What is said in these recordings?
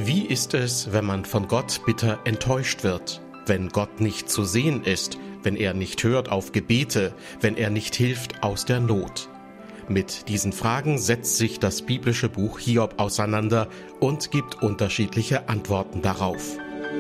Wie ist es, wenn man von Gott bitter enttäuscht wird? Wenn Gott nicht zu sehen ist, wenn er nicht hört auf Gebete, wenn er nicht hilft aus der Not? Mit diesen Fragen setzt sich das biblische Buch Hiob auseinander und gibt unterschiedliche Antworten darauf.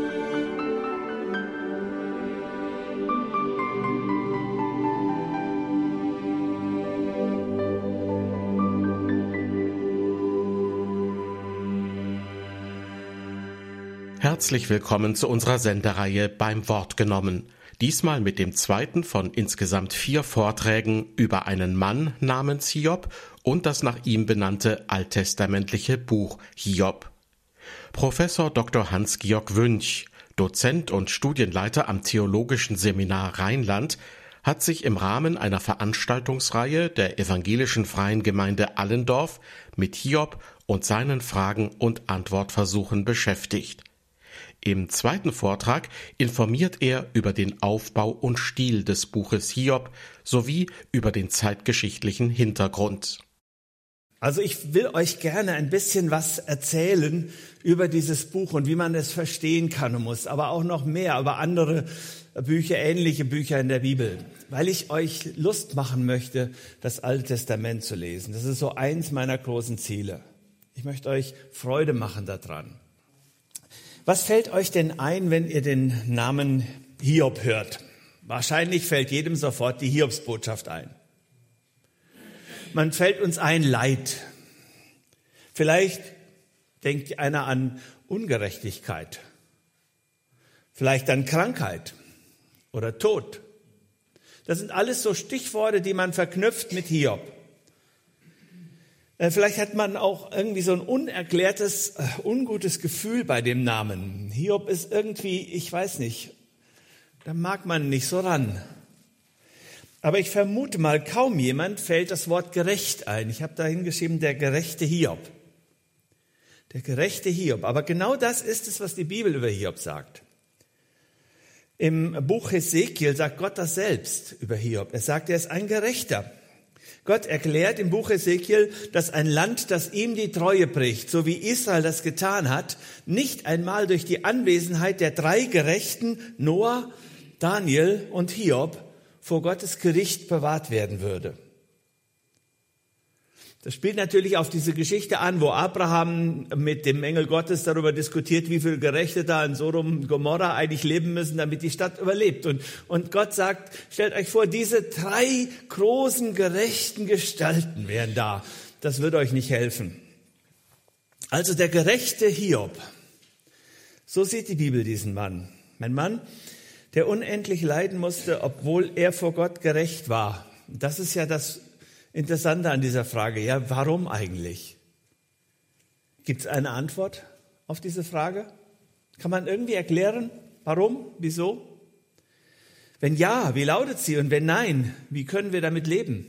Herzlich willkommen zu unserer Sendereihe Beim Wort genommen. Diesmal mit dem zweiten von insgesamt 4 Vorträgen über einen Mann namens Hiob und das nach ihm benannte alttestamentliche Buch Hiob. Professor Dr. Hans-Georg Wünsch, Dozent und Studienleiter am Theologischen Seminar Rheinland, hat sich im Rahmen einer Veranstaltungsreihe der Evangelischen Freien Gemeinde Allendorf mit Hiob und seinen Fragen und Antwortversuchen beschäftigt. Im zweiten Vortrag informiert er über den Aufbau und Stil des Buches Hiob sowie über den zeitgeschichtlichen Hintergrund. Also ich will euch gerne ein bisschen was erzählen über dieses Buch und wie man es verstehen kann und muss, aber auch noch mehr über andere Bücher, ähnliche Bücher in der Bibel, weil ich euch Lust machen möchte, das Alte Testament zu lesen. Das ist so eins meiner großen Ziele. Ich möchte euch Freude machen daran. Was fällt euch denn ein, wenn ihr den Namen Hiob hört? Wahrscheinlich fällt jedem sofort die Hiobsbotschaft ein. Man fällt uns ein Leid. Vielleicht denkt einer an Ungerechtigkeit. Vielleicht an Krankheit oder Tod. Das sind alles so Stichworte, die man verknüpft mit Hiob. Vielleicht hat man auch irgendwie so ein unerklärtes, ungutes Gefühl bei dem Namen. Hiob ist irgendwie, ich weiß nicht, da mag man nicht so ran. Aber ich vermute mal, kaum jemand fällt das Wort gerecht ein. Ich habe da hingeschrieben, der gerechte Hiob. Der gerechte Hiob. Aber genau das ist es, was die Bibel über Hiob sagt. Im Buch Hesekiel sagt Gott das selbst über Hiob. Er sagt, er ist ein Gerechter. Gott erklärt im Buch Hesekiel, dass ein Land, das ihm die Treue bricht, so wie Israel das getan hat, nicht einmal durch die Anwesenheit der 3 Gerechten, Noah, Daniel und Hiob, vor Gottes Gericht bewahrt werden würde. Das spielt natürlich auf diese Geschichte an, wo Abraham mit dem Engel Gottes darüber diskutiert, wie viele Gerechte da in Sodom und Gomorra eigentlich leben müssen, damit die Stadt überlebt. Und Gott sagt, stellt euch vor, diese 3 großen gerechten Gestalten wären da. Das wird euch nicht helfen. Also der gerechte Hiob. So sieht die Bibel diesen Mann. Ein Mann, der unendlich leiden musste, obwohl er vor Gott gerecht war. Das ist ja das Interessante an dieser Frage. Ja, warum eigentlich? Gibt es eine Antwort auf diese Frage? Kann man irgendwie erklären, warum, wieso? Wenn ja, wie lautet sie? Und wenn nein, wie können wir damit leben?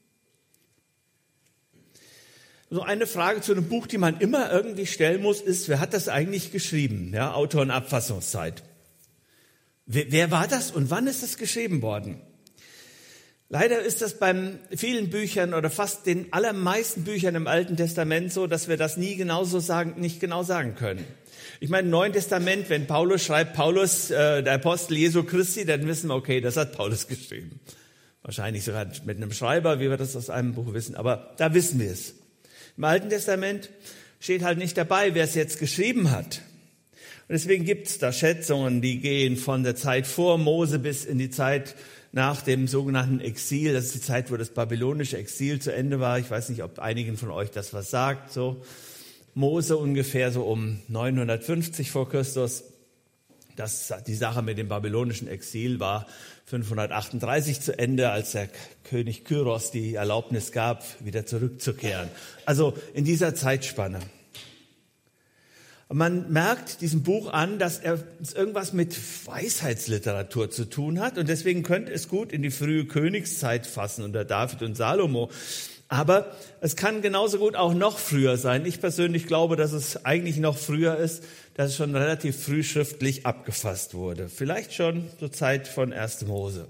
So eine Frage zu einem Buch, die man immer irgendwie stellen muss, ist, wer hat das eigentlich geschrieben? Ja, Autor und Abfassungszeit. Wer war das und wann ist es geschrieben worden? Leider ist das bei vielen Büchern oder fast den allermeisten Büchern im Alten Testament so, dass wir das nicht genau sagen können. Ich meine, im Neuen Testament, wenn Paulus schreibt, Paulus, der Apostel Jesu Christi, dann wissen wir, okay, das hat Paulus geschrieben. Wahrscheinlich sogar mit einem Schreiber, wie wir das aus einem Buch wissen, aber da wissen wir es. Im Alten Testament steht halt nicht dabei, wer es jetzt geschrieben hat. Und deswegen gibt es da Schätzungen, die gehen von der Zeit vor Mose bis in die Zeit nach dem sogenannten Exil. Das ist die Zeit, wo das babylonische Exil zu Ende war. Ich weiß nicht, ob einigen von euch das was sagt. So Mose ungefähr so um 950 vor Christus. Die Sache mit dem babylonischen Exil war 538 zu Ende, als der König Kyros die Erlaubnis gab, wieder zurückzukehren. Also in dieser Zeitspanne. Und man merkt diesem Buch an, dass es irgendwas mit Weisheitsliteratur zu tun hat. Und deswegen könnte es gut in die frühe Königszeit fassen unter David und Salomo. Aber es kann genauso gut auch noch früher sein. Ich persönlich glaube, dass es eigentlich noch früher ist, dass es schon relativ früh schriftlich abgefasst wurde. Vielleicht schon zur Zeit von 1. Mose.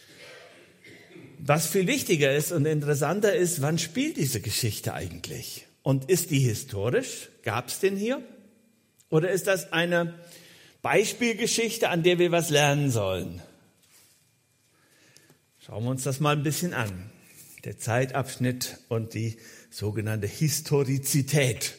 Was viel wichtiger ist und interessanter ist, wann spielt diese Geschichte eigentlich? Und ist die historisch? Gab es den hier? Oder ist das eine Beispielgeschichte, an der wir was lernen sollen? Schauen wir uns das mal ein bisschen an. Der Zeitabschnitt und die sogenannte Historizität.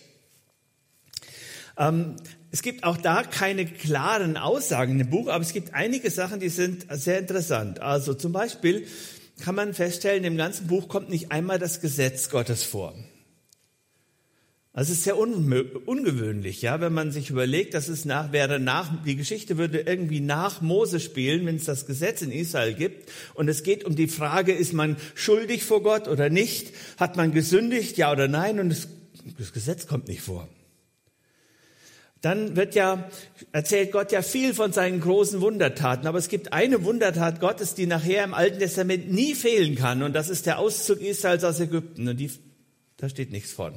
Es gibt auch da keine klaren Aussagen im Buch, aber es gibt einige Sachen, die sind sehr interessant. Also zum Beispiel kann man feststellen, im ganzen Buch kommt nicht einmal das Gesetz Gottes vor. Also es ist sehr ungewöhnlich, ja, wenn man sich überlegt, dass es die Geschichte würde irgendwie nach Mose spielen, wenn es das Gesetz in Israel gibt. Und es geht um die Frage, ist man schuldig vor Gott oder nicht? Hat man gesündigt, ja oder nein? Und das Gesetz kommt nicht vor. Dann erzählt Gott ja viel von seinen großen Wundertaten. Aber es gibt eine Wundertat Gottes, die nachher im Alten Testament nie fehlen kann. Und das ist der Auszug Israels aus Ägypten. Und da steht nichts von.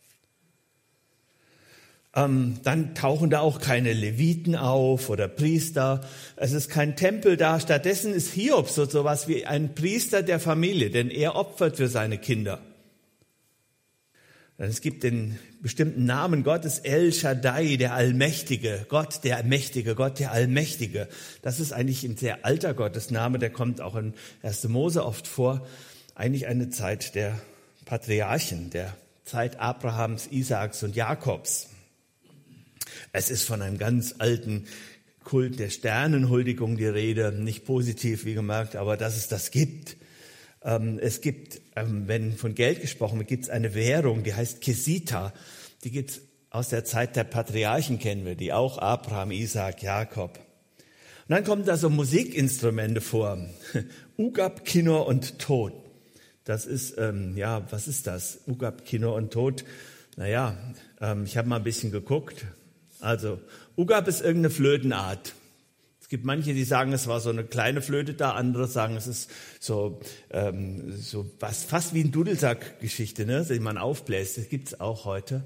Dann tauchen da auch keine Leviten auf oder Priester. Es ist kein Tempel da. Stattdessen ist Hiob so was wie ein Priester der Familie, denn er opfert für seine Kinder. Es gibt den bestimmten Namen Gottes, El Shaddai, der Allmächtige, Gott der Mächtige, Gott der Allmächtige. Das ist eigentlich ein sehr alter Gottesname, der kommt auch in 1. Mose oft vor. Eigentlich eine Zeit der Patriarchen, der Zeit Abrahams, Isaaks und Jakobs. Es ist von einem ganz alten Kult der Sternenhuldigung die Rede, nicht positiv, wie gemerkt, aber dass es das gibt. Es gibt, wenn von Geld gesprochen wird, gibt es eine Währung, die heißt Kesita. Die gibt es aus der Zeit der Patriarchen, kennen wir die auch, Abraham, Isaak, Jakob. Und dann kommen da so Musikinstrumente vor, Ugab, Kinnor und Tod. Das ist, was ist das? Ugab, Kinnor und Tod. Naja, ich habe mal ein bisschen geguckt. Also, Ugab ist irgendeine Flötenart. Es gibt manche, die sagen, es war so eine kleine Flöte da, andere sagen, es ist so was fast wie ein Dudelsack-Geschichte, ne, die man aufbläst. Das gibt's auch heute.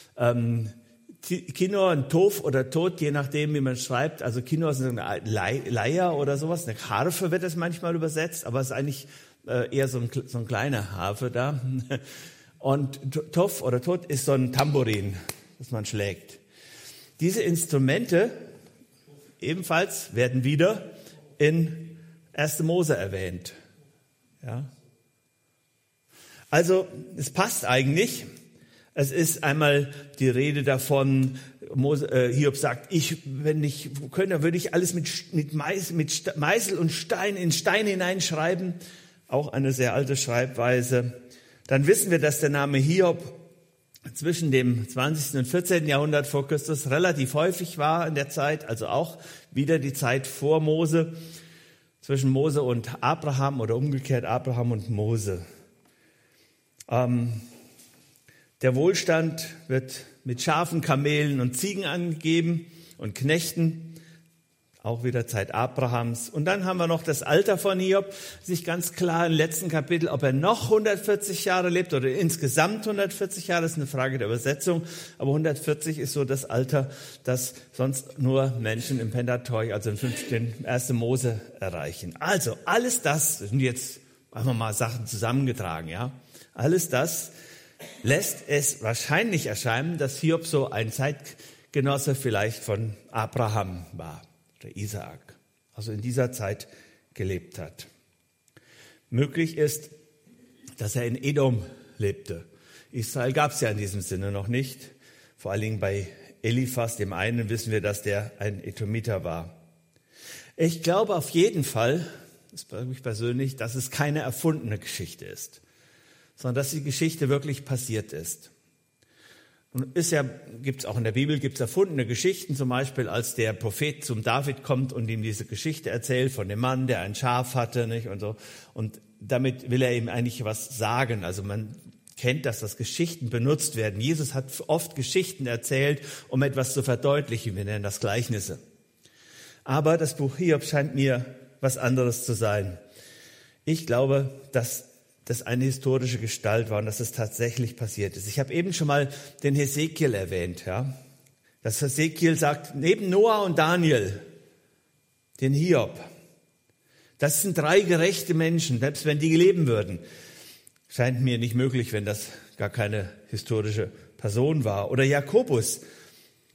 Kinnor und Tof oder Tod, je nachdem, wie man schreibt. Also Kinnor ist eine Leier oder sowas, eine Harfe wird das manchmal übersetzt, aber es ist eigentlich eher so ein kleiner Harfe da. Und Tof oder Tod ist so ein Tambourin, das man schlägt. Diese Instrumente ebenfalls werden wieder in 1. Mose erwähnt. Ja. Also, es passt eigentlich. Es ist einmal die Rede davon, Hiob sagt, wenn ich könnte, würde ich alles mit Meißel und Stein in Stein hineinschreiben. Auch eine sehr alte Schreibweise. Dann wissen wir, dass der Name Hiob zwischen dem 20. und 14. Jahrhundert vor Christus relativ häufig war in der Zeit, also auch wieder die Zeit vor Mose, zwischen Mose und Abraham oder umgekehrt Abraham und Mose. Der Wohlstand wird mit Schafen, Kamelen und Ziegen angegeben und Knechten, auch wieder Zeit Abrahams. Und dann haben wir noch das Alter von Hiob, sich ganz klar im letzten Kapitel, ob er noch 140 Jahre lebt oder insgesamt 140 Jahre, das ist eine Frage der Übersetzung. Aber 140 ist so das Alter, das sonst nur Menschen im Pentateuch, also im 1. Mose erreichen. Also alles das, sind jetzt einfach mal Sachen zusammengetragen, ja. Alles das lässt es wahrscheinlich erscheinen, dass Hiob so ein Zeitgenosse vielleicht von Abraham war. Der Isaak, also in dieser Zeit gelebt hat. Möglich ist, dass er in Edom lebte. Israel gab es ja in diesem Sinne noch nicht. Vor allen Dingen bei Eliphas, dem einen, wissen wir, dass der ein Edomiter war. Ich glaube auf jeden Fall, das glaube ich persönlich, dass es keine erfundene Geschichte ist, sondern dass die Geschichte wirklich passiert ist. Und gibt's auch in der Bibel, gibt's erfundene Geschichten, zum Beispiel als der Prophet zum David kommt und ihm diese Geschichte erzählt von dem Mann, der ein Schaf hatte, nicht, und so. Und damit will er ihm eigentlich was sagen. Also man kennt, dass das Geschichten benutzt werden. Jesus hat oft Geschichten erzählt, um etwas zu verdeutlichen. Wir nennen das Gleichnisse. Aber das Buch Hiob scheint mir was anderes zu sein. Ich glaube, dass das eine historische Gestalt war und dass es tatsächlich passiert ist. Ich habe eben schon mal den Hesekiel erwähnt, ja. Das Hesekiel sagt, neben Noah und Daniel, den Hiob, das sind 3 gerechte Menschen, selbst wenn die leben würden. Scheint mir nicht möglich, wenn das gar keine historische Person war. Oder Jakobus,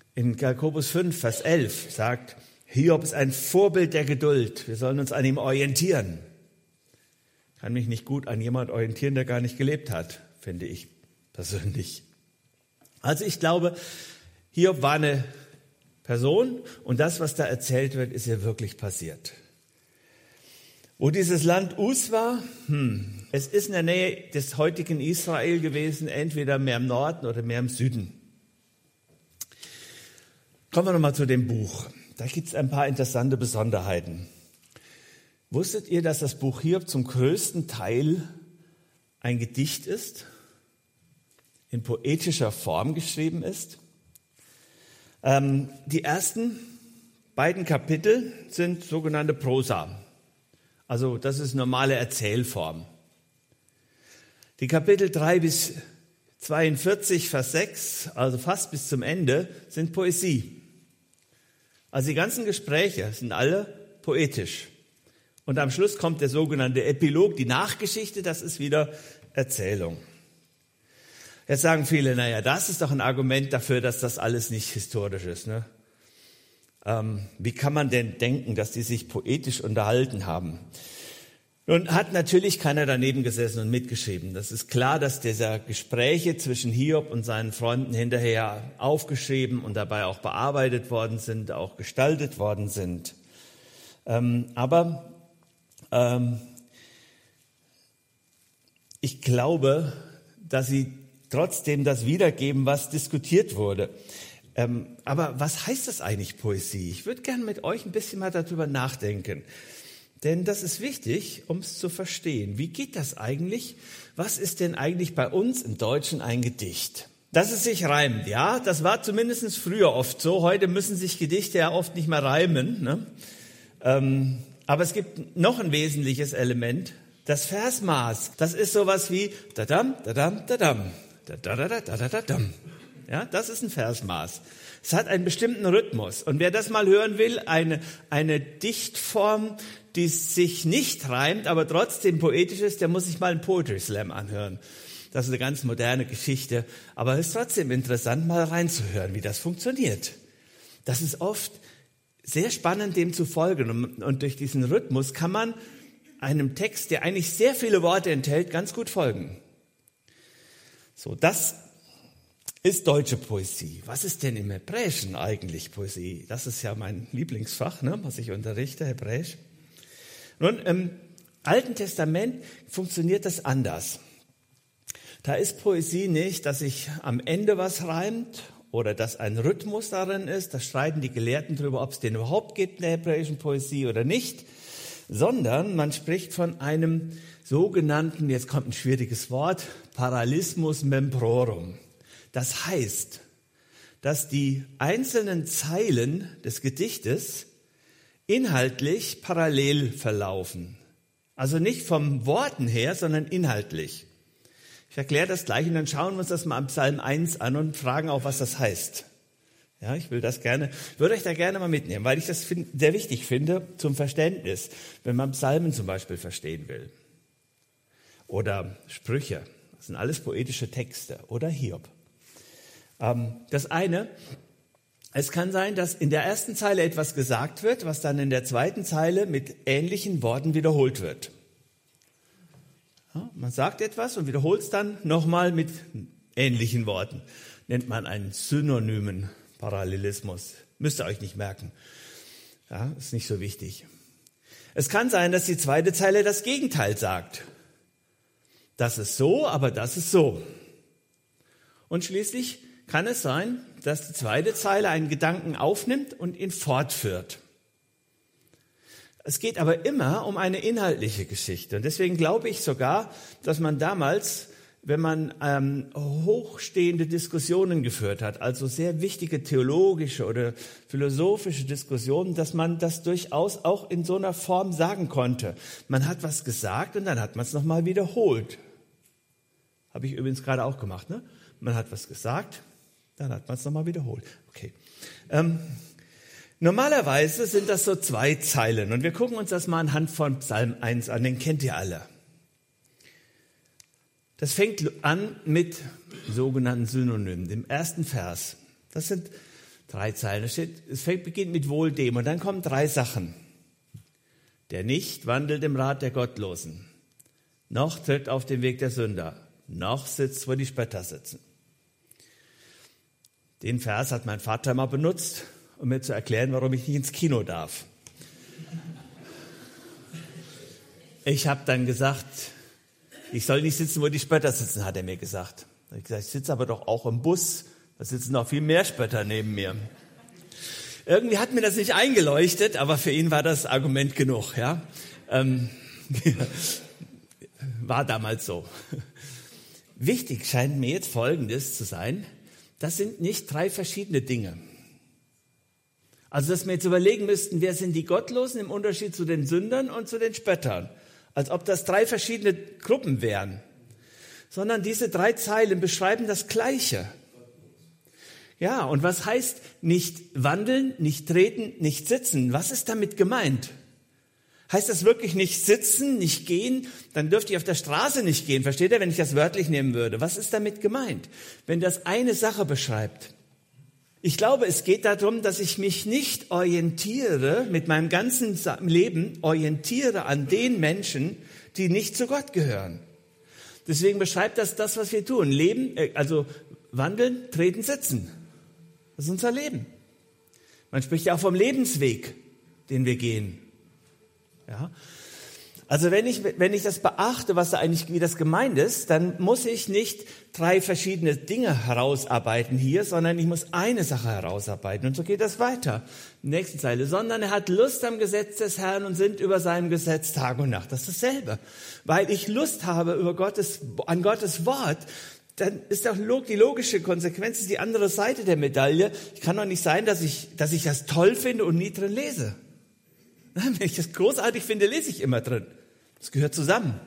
In Jakobus 5, Vers 11 sagt, Hiob ist ein Vorbild der Geduld. Wir sollen uns an ihm orientieren. Ich kann mich nicht gut an jemand orientieren, der gar nicht gelebt hat, finde ich persönlich. Also ich glaube, Hiob war eine Person und das, was da erzählt wird, ist ja wirklich passiert. Wo dieses Land Uz war, es ist in der Nähe des heutigen Israel gewesen, entweder mehr im Norden oder mehr im Süden. Kommen wir nochmal zu dem Buch. Da gibt es ein paar interessante Besonderheiten. Wusstet ihr, dass das Buch Hiob zum größten Teil ein Gedicht ist, in poetischer Form geschrieben ist? Die ersten beiden Kapitel sind sogenannte Prosa. Also das ist normale Erzählform. Die Kapitel 3 bis 42, Vers 6, also fast bis zum Ende, sind Poesie. Also die ganzen Gespräche sind alle poetisch. Und am Schluss kommt der sogenannte Epilog, die Nachgeschichte, das ist wieder Erzählung. Jetzt sagen viele, naja, das ist doch ein Argument dafür, dass das alles nicht historisch ist. Ne? Wie kann man denn denken, dass die sich poetisch unterhalten haben? Nun hat natürlich keiner daneben gesessen und mitgeschrieben. Das ist klar, dass diese Gespräche zwischen Hiob und seinen Freunden hinterher aufgeschrieben und dabei auch bearbeitet worden sind, auch gestaltet worden sind. Aber ich glaube, dass sie trotzdem das wiedergeben, was diskutiert wurde. Aber was heißt das eigentlich, Poesie? Ich würde gerne mit euch ein bisschen mal darüber nachdenken. Denn das ist wichtig, um es zu verstehen. Wie geht das eigentlich? Was ist denn eigentlich bei uns im Deutschen ein Gedicht? Dass es sich reimt, ja, das war zumindest früher oft so. Heute müssen sich Gedichte ja oft nicht mehr reimen. Ne? Aber es gibt noch ein wesentliches Element, das Versmaß. Das ist sowas wie dadam, dadam, dadam, dadadadadadadam. Ja, das ist ein Versmaß. Es hat einen bestimmten Rhythmus. Und wer das mal hören will, eine Dichtform, die sich nicht reimt, aber trotzdem poetisch ist, der muss sich mal einen Poetry Slam anhören. Das ist eine ganz moderne Geschichte. Aber es ist trotzdem interessant, mal reinzuhören, wie das funktioniert. Das ist oft sehr spannend, dem zu folgen. Und durch diesen Rhythmus kann man einem Text, der eigentlich sehr viele Worte enthält, ganz gut folgen. So, das ist deutsche Poesie. Was ist denn im Hebräischen eigentlich Poesie? Das ist ja mein Lieblingsfach, ne, was ich unterrichte, Hebräisch. Nun, im Alten Testament funktioniert das anders. Da ist Poesie nicht, dass sich am Ende was reimt oder dass ein Rhythmus darin ist. Da streiten die Gelehrten darüber, ob es den überhaupt gibt in der hebräischen Poesie oder nicht. Sondern man spricht von einem sogenannten, jetzt kommt ein schwieriges Wort, Parallelismus membrorum. Das heißt, dass die einzelnen Zeilen des Gedichtes inhaltlich parallel verlaufen. Also nicht vom Worten her, sondern inhaltlich. Ich erkläre das gleich und dann schauen wir uns das mal am Psalm 1 an und fragen auch, was das heißt. Ja, ich würde euch da gerne mal mitnehmen, weil ich das sehr wichtig finde zum Verständnis, wenn man Psalmen zum Beispiel verstehen will. Oder Sprüche, das sind alles poetische Texte, oder Hiob. Das eine, es kann sein, dass in der ersten Zeile etwas gesagt wird, was dann in der zweiten Zeile mit ähnlichen Worten wiederholt wird. Ja, man sagt etwas und wiederholt es dann nochmal mit ähnlichen Worten. Nennt man einen synonymen Parallelismus. Müsst ihr euch nicht merken. Ja, ist nicht so wichtig. Es kann sein, dass die zweite Zeile das Gegenteil sagt. Das ist so, aber das ist so. Und schließlich kann es sein, dass die zweite Zeile einen Gedanken aufnimmt und ihn fortführt. Es geht aber immer um eine inhaltliche Geschichte. Und deswegen glaube ich sogar, dass man damals, wenn man hochstehende Diskussionen geführt hat, also sehr wichtige theologische oder philosophische Diskussionen, dass man das durchaus auch in so einer Form sagen konnte. Man hat was gesagt und dann hat man es nochmal wiederholt. Habe ich übrigens gerade auch gemacht, ne? Man hat was gesagt, dann hat man es nochmal wiederholt. Okay. Normalerweise sind das so 2 Zeilen und wir gucken uns das mal anhand von Psalm 1 an, den kennt ihr alle. Das fängt an mit sogenannten Synonymen, dem ersten Vers. Das sind 3 Zeilen. Es beginnt mit wohl dem und dann kommen 3 Sachen. Der nicht wandelt im Rat der Gottlosen, noch tritt auf den Weg der Sünder, noch sitzt, wo die Spötter sitzen. Den Vers hat mein Vater mal benutzt, um mir zu erklären, warum ich nicht ins Kino darf. Ich habe dann gesagt, ich soll nicht sitzen, wo die Spötter sitzen, hat er mir gesagt. Da habe ich gesagt, ich sitze aber doch auch im Bus, da sitzen noch viel mehr Spötter neben mir. Irgendwie hat mir das nicht eingeleuchtet, aber für ihn war das Argument genug. Ja? War damals so. Wichtig scheint mir jetzt Folgendes zu sein, das sind nicht 3 verschiedene Dinge. Also, dass wir jetzt überlegen müssten, wer sind die Gottlosen im Unterschied zu den Sündern und zu den Spöttern. Als ob das 3 verschiedene Gruppen wären. Sondern diese 3 Zeilen beschreiben das Gleiche. Ja, und was heißt nicht wandeln, nicht treten, nicht sitzen? Was ist damit gemeint? Heißt das wirklich nicht sitzen, nicht gehen? Dann dürfte ich auf der Straße nicht gehen. Versteht ihr, wenn ich das wörtlich nehmen würde? Was ist damit gemeint? Wenn das eine Sache beschreibt. Ich glaube, es geht darum, dass ich mich nicht orientiere, mit meinem ganzen Leben orientiere an den Menschen, die nicht zu Gott gehören. Deswegen beschreibt das, was wir tun. Leben, also wandeln, treten, sitzen. Das ist unser Leben. Man spricht ja auch vom Lebensweg, den wir gehen. Ja? Also wenn ich das beachte, wie das gemeint ist, dann muss ich nicht 3 verschiedene Dinge herausarbeiten hier, sondern ich muss eine Sache herausarbeiten. Und so geht das weiter. Nächste Zeile. Sondern er hat Lust am Gesetz des Herrn und sinnt über seinem Gesetz Tag und Nacht. Das ist dasselbe. Weil ich Lust habe an Gottes Wort, dann ist doch die logische Konsequenz, ist die andere Seite der Medaille. Ich kann doch nicht sein, dass ich das toll finde und nie drin lese. Wenn ich das großartig finde, lese ich immer drin. Das gehört zusammen.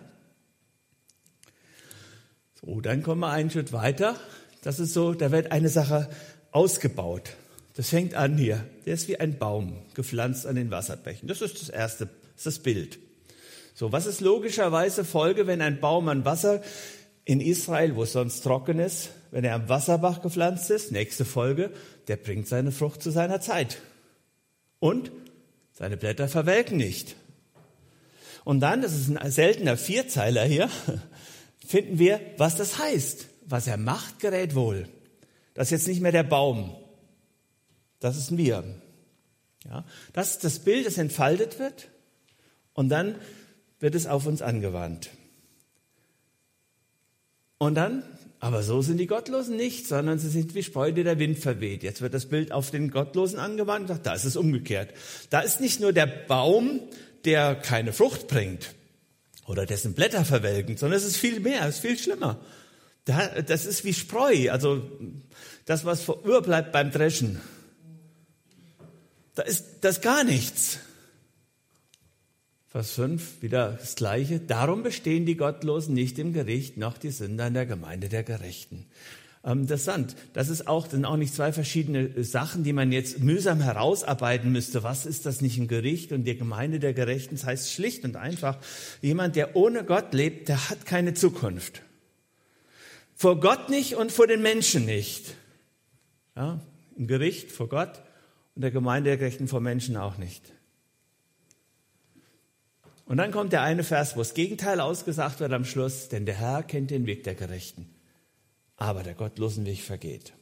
So, dann kommen wir einen Schritt weiter. Das ist so, da wird eine Sache ausgebaut. Das fängt an hier. Der ist wie ein Baum, gepflanzt an den Wasserbächen. Das ist das Erste, das ist das Bild. So, was ist logischerweise Folge, wenn ein Baum an Wasser in Israel, wo es sonst trocken ist, wenn er am Wasserbach gepflanzt ist? Nächste Folge, der bringt seine Frucht zu seiner Zeit. Und seine Blätter verwelken nicht. Und dann, das ist ein seltener 4-Zeiler hier, finden wir, was das heißt. Was er macht, gerät wohl. Das ist jetzt nicht mehr der Baum. Das ist ein Wir. Ja, das ist das Bild, das entfaltet wird. Und dann wird es auf uns angewandt. Und dann, aber so sind die Gottlosen nicht, sondern sie sind wie Spreu, die der Wind verweht. Jetzt wird das Bild auf den Gottlosen angewandt. Da ist es umgekehrt. Da ist nicht nur der Baum, der keine Frucht bringt oder dessen Blätter verwelken, sondern es ist viel mehr, es ist viel schlimmer. Das ist wie Spreu, also das, was überbleibt beim Dreschen. Da ist das gar nichts. Vers 5, wieder das Gleiche. Darum bestehen die Gottlosen nicht im Gericht, noch die Sünder in der Gemeinde der Gerechten. Interessant. Das sind auch nicht 2 verschiedene Sachen, die man jetzt mühsam herausarbeiten müsste. Was ist das nicht im Gericht und die Gemeinde der Gerechten? Das heißt schlicht und einfach, jemand, der ohne Gott lebt, der hat keine Zukunft. Vor Gott nicht und vor den Menschen nicht. Ja, im Gericht vor Gott und der Gemeinde der Gerechten vor Menschen auch nicht. Und dann kommt der eine Vers, wo das Gegenteil ausgesagt wird am Schluss, denn der Herr kennt den Weg der Gerechten. Aber der gottlosen Weg vergeht.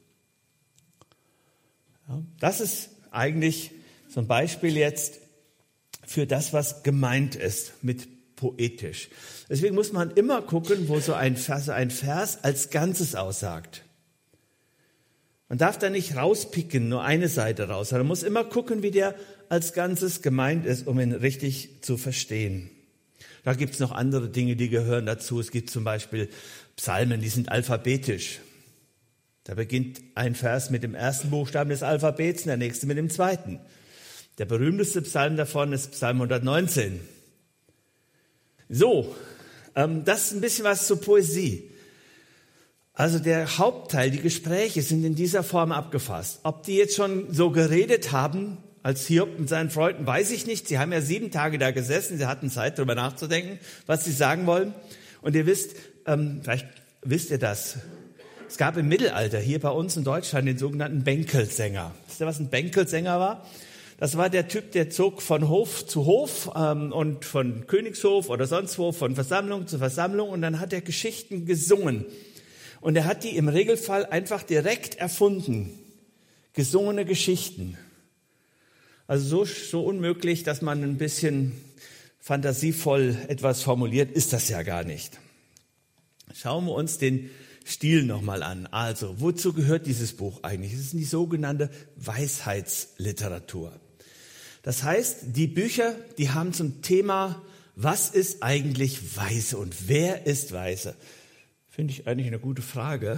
Ja, das ist eigentlich so ein Beispiel jetzt für das, was gemeint ist mit poetisch. Deswegen muss man immer gucken, wo so ein Vers als Ganzes aussagt. Man darf da nicht rauspicken, nur eine Seite raus, sondern man muss immer gucken, wie der als Ganzes gemeint ist, um ihn richtig zu verstehen. Da gibt es noch andere Dinge, die gehören dazu. Es gibt zum Beispiel Psalmen, die sind alphabetisch. Da beginnt ein Vers mit dem ersten Buchstaben des Alphabets, der nächste mit dem zweiten. Der berühmteste Psalm davon ist Psalm 119. So, das ist ein bisschen was zur Poesie. Also der Hauptteil, die Gespräche sind in dieser Form abgefasst. Ob die jetzt schon so geredet haben, als Hiob mit seinen Freunden, weiß ich nicht. Sie haben ja 7 Tage da gesessen, sie hatten Zeit, darüber nachzudenken, was sie sagen wollen. Und ihr wisst, vielleicht wisst ihr das, Es gab im Mittelalter hier bei uns in Deutschland den sogenannten Bänkelsänger. Wisst ihr, was ein Bänkelsänger war? Das war der Typ, der zog von Hof zu Hof und von Königshof oder sonst wo, von Versammlung zu Versammlung, und dann hat er Geschichten gesungen. Und er hat die im Regelfall einfach direkt erfunden. Gesungene Geschichten. Also so unmöglich, dass man ein bisschen fantasievoll etwas formuliert, ist das ja gar nicht. Schauen wir uns den Stil nochmal an. Also, wozu gehört dieses Buch eigentlich? Es ist die sogenannte Weisheitsliteratur. Das heißt, die Bücher, die haben zum Thema, was ist eigentlich weise und wer ist weise? Finde ich eigentlich eine gute Frage.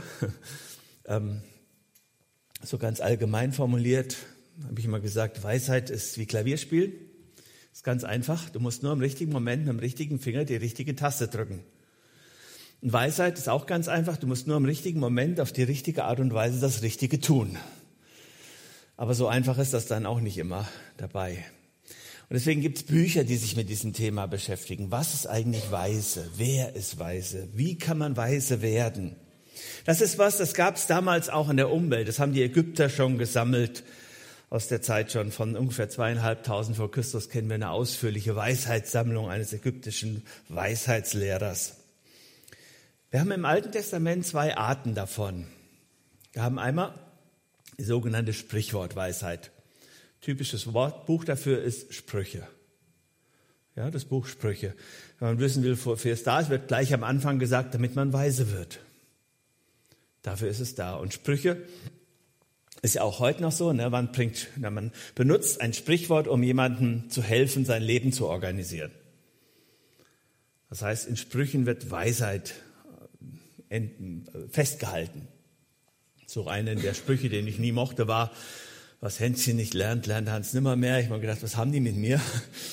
So ganz allgemein formuliert habe ich immer gesagt, Weisheit ist wie Klavierspielen. Ist ganz einfach. Du musst nur im richtigen Moment mit dem richtigen Finger die richtige Taste drücken. Und Weisheit ist auch ganz einfach. Du musst nur im richtigen Moment auf die richtige Art und Weise das Richtige tun. Aber so einfach ist das dann auch nicht immer dabei. Und deswegen gibt es Bücher, die sich mit diesem Thema beschäftigen. Was ist eigentlich weise? Wer ist weise? Wie kann man weise werden? Das ist was, das gab es damals auch in der Umwelt. Das haben die Ägypter schon gesammelt. Aus der Zeit schon von ungefähr 2500 vor Christus kennen wir eine ausführliche Weisheitssammlung eines ägyptischen Weisheitslehrers. Wir haben im Alten Testament 2 Arten davon. Wir haben einmal die sogenannte Sprichwortweisheit. Typisches Buch dafür ist Sprüche. Ja, das Buch Sprüche. Wenn man wissen will, wofür es da ist, wird gleich am Anfang gesagt, damit man weise wird. Dafür ist es da. Und Sprüche ist ja auch heute noch so, ne? Man benutzt ein Sprichwort, um jemandem zu helfen, sein Leben zu organisieren. Das heißt, in Sprüchen wird Weisheit festgehalten. So einer der Sprüche, den ich nie mochte, war, was Hänschen nicht lernt, lernt Hans nimmermehr. Ich habe mir gedacht, was haben die mit mir?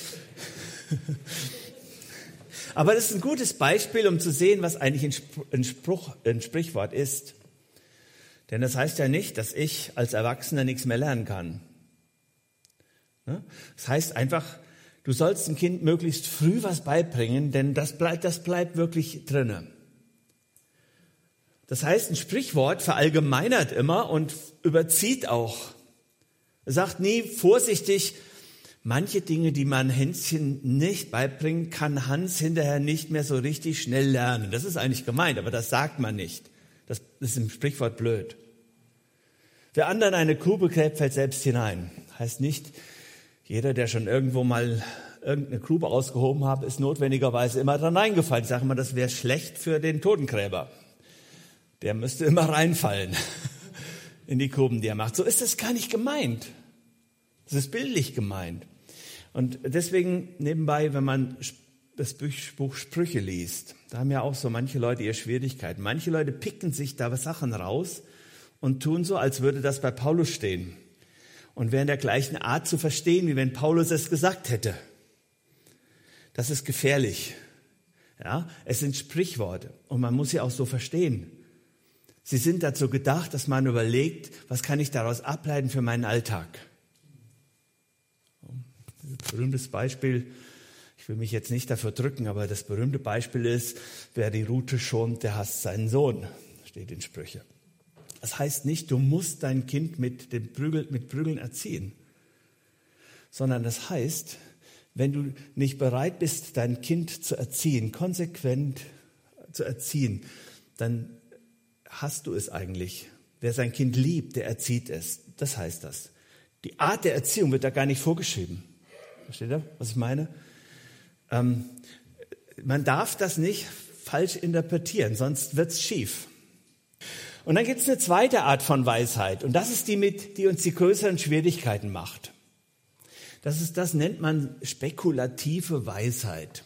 Aber das ist ein gutes Beispiel, um zu sehen, was eigentlich ein Sprichwort ist. Denn das heißt ja nicht, dass ich als Erwachsener nichts mehr lernen kann. Das heißt einfach, du sollst dem Kind möglichst früh was beibringen, denn das bleibt wirklich drinne. Das heißt, ein Sprichwort verallgemeinert immer und überzieht auch. Er sagt nie vorsichtig, manche Dinge, die man Hänschen nicht beibringt, kann Hans hinterher nicht mehr so richtig schnell lernen. Das ist eigentlich gemeint, aber das sagt man nicht. Das ist im Sprichwort blöd. Wer anderen eine Kuh begräbt, fällt selbst hinein. Heißt nicht, jeder, der schon irgendwo mal irgendeine Grube ausgehoben hat, ist notwendigerweise immer dran reingefallen. Ich sage mal, das wäre schlecht für den Totengräber. Der müsste immer reinfallen in die Gruben, die er macht. So ist das gar nicht gemeint. Das ist bildlich gemeint. Und deswegen nebenbei, wenn man das Buch Sprüche liest, da haben ja auch so manche Leute ihre Schwierigkeiten. Manche Leute picken sich da Sachen raus und tun so, als würde das bei Paulus stehen. Und wäre in der gleichen Art zu verstehen, wie wenn Paulus es gesagt hätte. Das ist gefährlich. Ja, es sind Sprichworte und man muss sie auch so verstehen. Sie sind dazu gedacht, dass man überlegt, was kann ich daraus ableiten für meinen Alltag. Ein berühmtes Beispiel, ich will mich jetzt nicht dafür drücken, aber das berühmte Beispiel ist, wer die Rute schont, der hasst seinen Sohn, steht in Sprüche. Das heißt nicht, du musst dein Kind mit Prügeln erziehen, sondern das heißt, wenn du nicht bereit bist, dein Kind zu erziehen, konsequent zu erziehen, dann hast du es eigentlich. Wer sein Kind liebt, der erzieht es. Das heißt das. Die Art der Erziehung wird da gar nicht vorgeschrieben. Versteht ihr, was ich meine? Man darf das nicht falsch interpretieren, sonst wird's schief. Und dann gibt es eine zweite Art von Weisheit. Und das ist die uns die größeren Schwierigkeiten macht. Das nennt man spekulative Weisheit.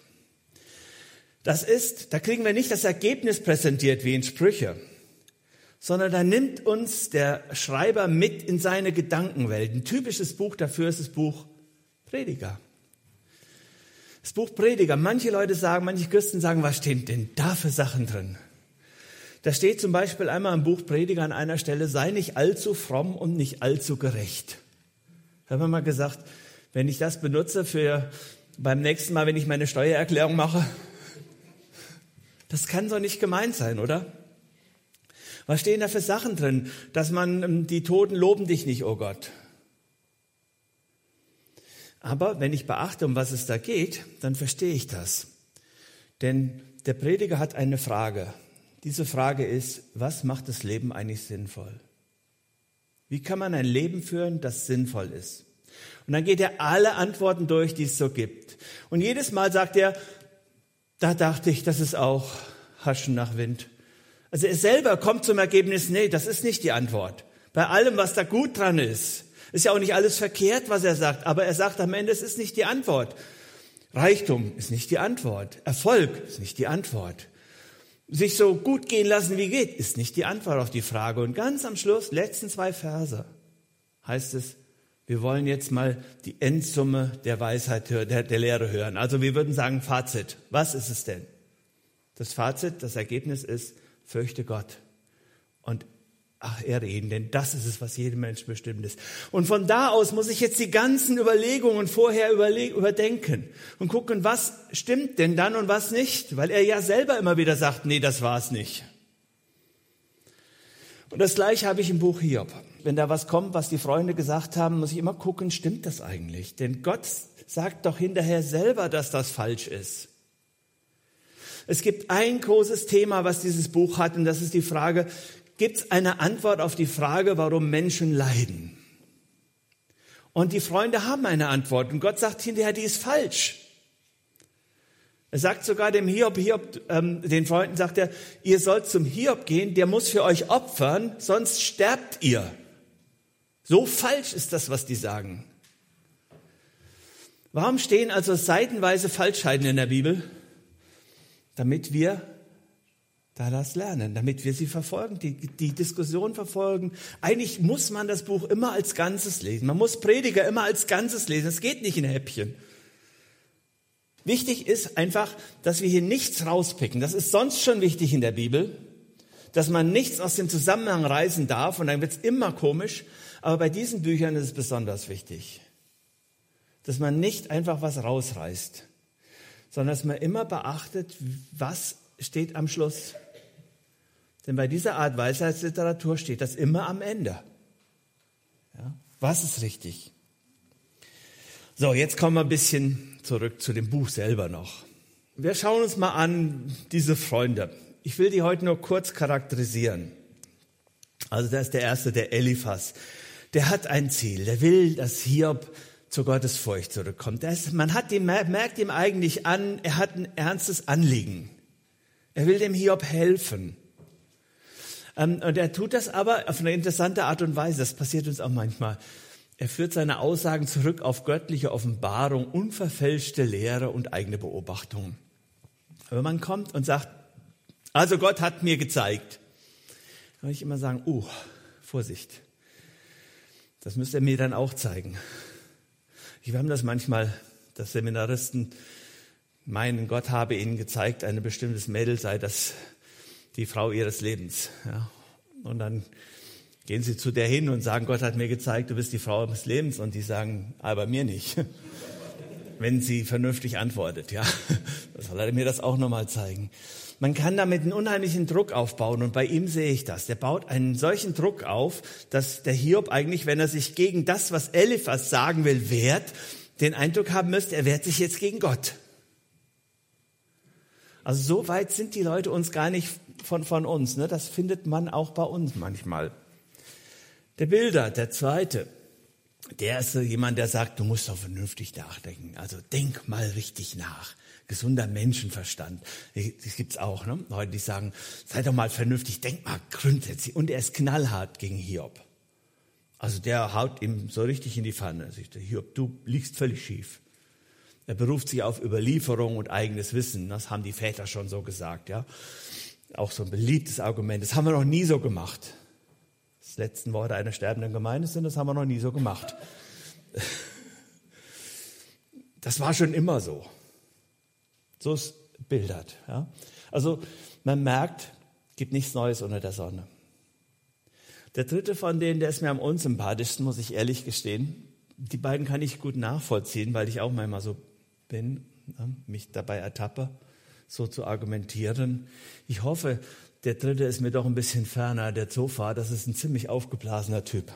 Da kriegen wir nicht das Ergebnis präsentiert wie in Sprüche, sondern da nimmt uns der Schreiber mit in seine Gedankenwelt. Ein typisches Buch dafür ist das Buch Prediger. Das Buch Prediger. Manche Christen sagen, was stehen denn da für Sachen drin? Da steht zum Beispiel einmal im Buch Prediger an einer Stelle, sei nicht allzu fromm und nicht allzu gerecht. Da haben wir mal gesagt, wenn ich das benutze für beim nächsten Mal, wenn ich meine Steuererklärung mache, das kann doch nicht gemeint sein, oder? Was stehen da für Sachen drin? Dass die Toten loben dich nicht, oh Gott. Aber wenn ich beachte, um was es da geht, dann verstehe ich das. Denn der Prediger hat eine Frage. Diese Frage ist, was macht das Leben eigentlich sinnvoll? Wie kann man ein Leben führen, das sinnvoll ist? Und dann geht er alle Antworten durch, die es so gibt. Und jedes Mal sagt er, da dachte ich, das ist auch Haschen nach Wind. Also er selber kommt zum Ergebnis, nee, das ist nicht die Antwort. Bei allem, was da gut dran ist, ist ja auch nicht alles verkehrt, was er sagt, aber er sagt am Ende, es ist nicht die Antwort. Reichtum ist nicht die Antwort. Erfolg ist nicht die Antwort. Sich so gut gehen lassen, wie geht, ist nicht die Antwort auf die Frage. Und ganz am Schluss, letzten 2 Verse, heißt es, wir wollen jetzt mal die Endsumme der Weisheit, der Lehre hören. Also wir würden sagen, Fazit. Was ist es denn? Das Fazit, das Ergebnis ist, fürchte Gott und ehre ihn, denn das ist es, was jedem Menschen bestimmt ist. Und von da aus muss ich jetzt die ganzen Überlegungen vorher überdenken und gucken, was stimmt denn dann und was nicht, weil er ja selber immer wieder sagt, nee, das war's nicht. Und das Gleiche habe ich im Buch Hiob. Wenn da was kommt, was die Freunde gesagt haben, muss ich immer gucken, stimmt das eigentlich? Denn Gott sagt doch hinterher selber, dass das falsch ist. Es gibt ein großes Thema, was dieses Buch hat, und das ist die Frage, gibt es eine Antwort auf die Frage, warum Menschen leiden? Und die Freunde haben eine Antwort, und Gott sagt hinterher, die ist falsch. Er sagt sogar dem Hiob, den Freunden sagt er, ihr sollt zum Hiob gehen, der muss für euch opfern, sonst sterbt ihr. So falsch ist das, was die sagen. Warum stehen also seitenweise Falschheiten in der Bibel? Damit wir da das lernen, damit wir sie verfolgen, die Diskussion verfolgen. Eigentlich muss man das Buch immer als Ganzes lesen. Man muss Prediger immer als Ganzes lesen. Es geht nicht in Häppchen. Wichtig ist einfach, dass wir hier nichts rauspicken. Das ist sonst schon wichtig in der Bibel, dass man nichts aus dem Zusammenhang reißen darf, und dann wird es immer komisch. Aber bei diesen Büchern ist es besonders wichtig, dass man nicht einfach was rausreißt, sondern dass man immer beachtet, was steht am Schluss. Denn bei dieser Art Weisheitsliteratur steht das immer am Ende. Ja, was ist richtig? So, jetzt kommen wir ein bisschen zurück zu dem Buch selber noch. Wir schauen uns mal an diese Freunde. Ich will die heute nur kurz charakterisieren. Also da ist der erste, der Eliphas. Der hat ein Ziel. Der will, dass Hiob zur Gottesfurcht zurückkommt. Merkt ihm eigentlich an, er hat ein ernstes Anliegen. Er will dem Hiob helfen. Und er tut das aber auf eine interessante Art und Weise. Das passiert uns auch manchmal. Er führt seine Aussagen zurück auf göttliche Offenbarung, unverfälschte Lehre und eigene Beobachtungen. Aber man kommt und sagt, also Gott hat mir gezeigt. Dann würde ich immer sagen, Vorsicht. Das müsste er mir dann auch zeigen. Wir haben das manchmal, dass Seminaristen meinen, Gott habe ihnen gezeigt, ein bestimmtes Mädel sei das die Frau ihres Lebens. Ja. Und dann gehen sie zu der hin und sagen, Gott hat mir gezeigt, du bist die Frau des Lebens. Und die sagen, aber mir nicht. Wenn sie vernünftig antwortet, ja. Das soll er mir das auch nochmal zeigen. Man kann damit einen unheimlichen Druck aufbauen, und bei ihm sehe ich das. Der baut einen solchen Druck auf, dass der Hiob eigentlich, wenn er sich gegen das, was Eliphas sagen will, wehrt, den Eindruck haben müsste, er wehrt sich jetzt gegen Gott. Also so weit sind die Leute uns gar nicht von uns. Ne? Das findet man auch bei uns manchmal. Der Bilder, der zweite, der ist so jemand, der sagt, du musst doch vernünftig nachdenken. Also denk mal richtig nach. Gesunder Menschenverstand. Das gibt's auch, ne? Leute, die sagen, sei doch mal vernünftig, denk mal grundsätzlich. Und er ist knallhart gegen Hiob. Also der haut ihm so richtig in die Pfanne. Sagt, Hiob, du liegst völlig schief. Er beruft sich auf Überlieferung und eigenes Wissen. Das haben die Väter schon so gesagt, ja. Auch so ein beliebtes Argument. Das haben wir noch nie so gemacht. Das letzten Worte einer sterbenden Gemeinde sind, das haben wir noch nie so gemacht. Das war schon immer so. So ist bildert. Ja. Also man merkt, gibt nichts Neues unter der Sonne. Der dritte von denen, der ist mir am unsympathischsten, muss ich ehrlich gestehen. Die beiden kann ich gut nachvollziehen, weil ich auch manchmal so bin, mich dabei ertappe, so zu argumentieren. Ich hoffe, Der dritte ist mir doch ein bisschen ferner, der Zophar, das ist ein ziemlich aufgeblasener Typ.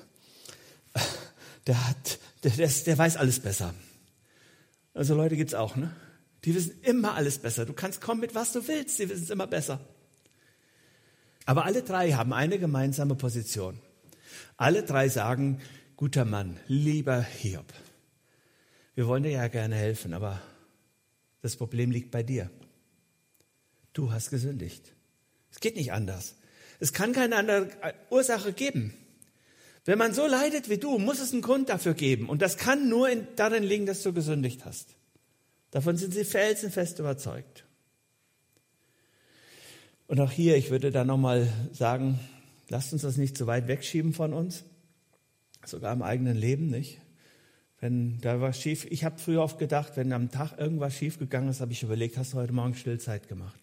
Der weiß alles besser. Also Leute gibt's auch, ne? Die wissen immer alles besser. Du kannst kommen mit was du willst, die wissen es immer besser. Aber alle drei haben eine gemeinsame Position. Alle drei sagen, guter Mann, lieber Hiob. Wir wollen dir ja gerne helfen, aber das Problem liegt bei dir. Du hast gesündigt. Es geht nicht anders. Es kann keine andere Ursache geben. Wenn man so leidet wie du, muss es einen Grund dafür geben. Und das kann nur darin liegen, dass du gesündigt hast. Davon sind sie felsenfest überzeugt. Und auch hier, ich würde da nochmal sagen, lasst uns das nicht zu weit wegschieben von uns. Sogar im eigenen Leben nicht. Wenn da was schief, ich habe früher oft gedacht, wenn am Tag irgendwas schief gegangen ist, habe ich überlegt, hast du heute Morgen Stillzeit gemacht?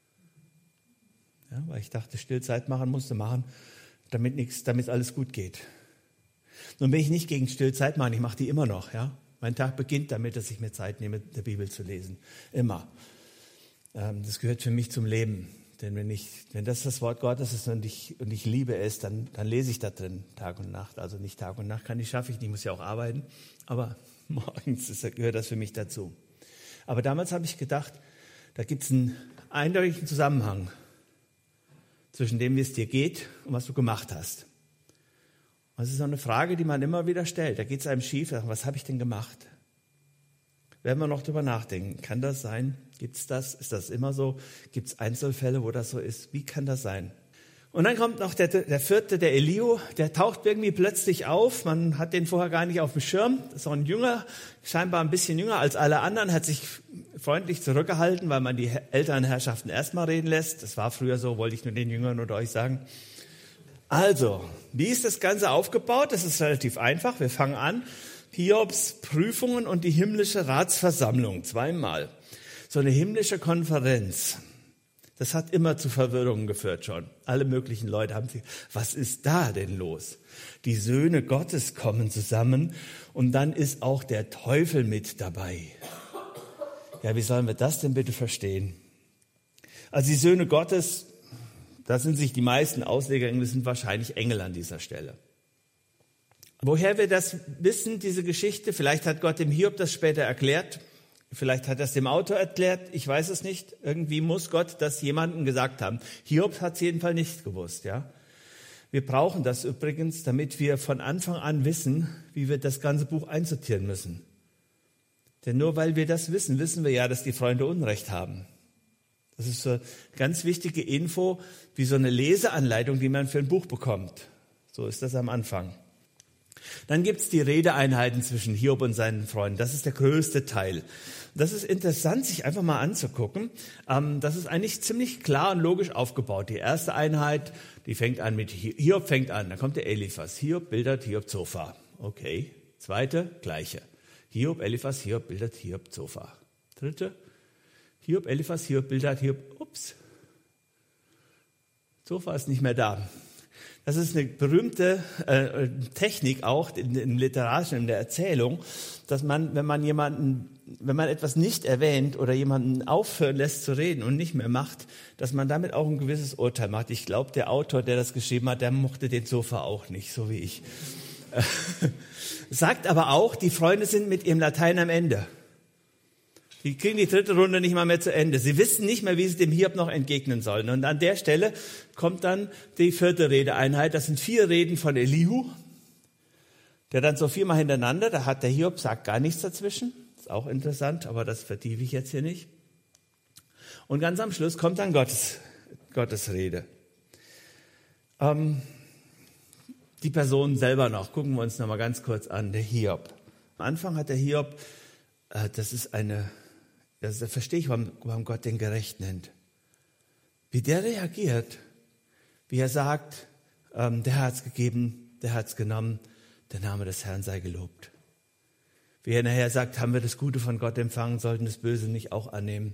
Ja, weil ich dachte, Stillzeit musste machen, damit alles gut geht. Nun bin ich nicht gegen Stillzeit machen, ich mache die immer noch. Ja? Mein Tag beginnt damit, dass ich mir Zeit nehme, die Bibel zu lesen. Immer. Das gehört für mich zum Leben. Denn wenn das Wort Gottes ist und ich liebe es, dann lese ich da drin Tag und Nacht. Also nicht Tag und Nacht schaffe ich nicht, ich muss ja auch arbeiten. Aber morgens gehört das für mich dazu. Aber damals habe ich gedacht, da gibt es einen eindeutigen Zusammenhang zwischen dem, wie es dir geht und was du gemacht hast. Und das ist so eine Frage, die man immer wieder stellt. Da geht es einem schief, was habe ich denn gemacht? Werden wir noch drüber nachdenken. Kann das sein? Gibt's das? Ist das immer so? Gibt es Einzelfälle, wo das so ist? Wie kann das sein? Und dann kommt noch der vierte, der Elihu. Der taucht irgendwie plötzlich auf. Man hat den vorher gar nicht auf dem Schirm. Das ist auch ein Jünger, scheinbar ein bisschen jünger als alle anderen, hat sich freundlich zurückgehalten, weil man die älteren Herrschaften erstmal reden lässt. Das war früher so, wollte ich nur den Jüngern oder euch sagen. Also, wie ist das Ganze aufgebaut? Das ist relativ einfach. Wir fangen an. Hiobs Prüfungen und die himmlische Ratsversammlung, zweimal. So eine himmlische Konferenz, das hat immer zu Verwirrungen geführt schon. Alle möglichen Leute haben sich, was ist da denn los? Die Söhne Gottes kommen zusammen und dann ist auch der Teufel mit dabei. Ja, wie sollen wir das denn bitte verstehen? Also die Söhne Gottes, da sind sich die meisten Ausleger, sind wahrscheinlich Engel an dieser Stelle. Woher wir das wissen, diese Geschichte, vielleicht hat Gott dem Hiob das später erklärt, vielleicht hat er es dem Autor erklärt, ich weiß es nicht. Irgendwie muss Gott das jemandem gesagt haben. Hiob hat es jedenfalls nicht gewusst. Ja? Wir brauchen das übrigens, damit wir von Anfang an wissen, wie wir das ganze Buch einsortieren müssen. Denn nur weil wir das wissen, wissen wir ja, dass die Freunde Unrecht haben. Das ist so eine ganz wichtige Info, wie so eine Leseanleitung, die man für ein Buch bekommt. So ist das am Anfang. Dann gibt es die Redeeinheiten zwischen Hiob und seinen Freunden. Das ist der größte Teil. Das ist interessant, sich einfach mal anzugucken. Das ist eigentlich ziemlich klar und logisch aufgebaut. Die erste Einheit, die fängt an mit Hiob fängt an. Dann kommt der Eliphas. Hiob bildet Hiob Zophar. Okay. Zweite, gleiche. Hiob, Eliphas, Hiob bildet Hiob Zophar. Dritte, Hiob, Eliphas, Hiob bildet Hiob. Ups. Zophar ist nicht mehr da. Das ist eine berühmte Technik auch im Literarischen, in der Erzählung, dass man, wenn man etwas nicht erwähnt oder jemanden aufhören lässt zu reden und nicht mehr macht, dass man damit auch ein gewisses Urteil macht. Ich glaube, der Autor, der das geschrieben hat, der mochte den Zophar auch nicht, so wie ich. Sagt aber auch, die Freunde sind mit ihrem Latein am Ende. Die kriegen die dritte Runde nicht mal mehr zu Ende. Sie wissen nicht mehr, wie sie dem Hiob noch entgegnen sollen. Und an der Stelle kommt dann die vierte Redeeinheit. Das sind 4 Reden von Elihu, der dann so 4-mal hintereinander, da hat der Hiob, sagt gar nichts dazwischen. Ist auch interessant, aber das vertiefe ich jetzt hier nicht. Und ganz am Schluss kommt dann Gottes Rede. Die Person selber noch, gucken wir uns noch mal ganz kurz an, der Hiob. Am Anfang hat der Hiob, da verstehe ich, warum Gott den gerecht nennt. Wie der reagiert, wie er sagt, der Herr hat's gegeben, der hat's genommen, der Name des Herrn sei gelobt. Wie er nachher sagt, haben wir das Gute von Gott empfangen, sollten das Böse nicht auch annehmen.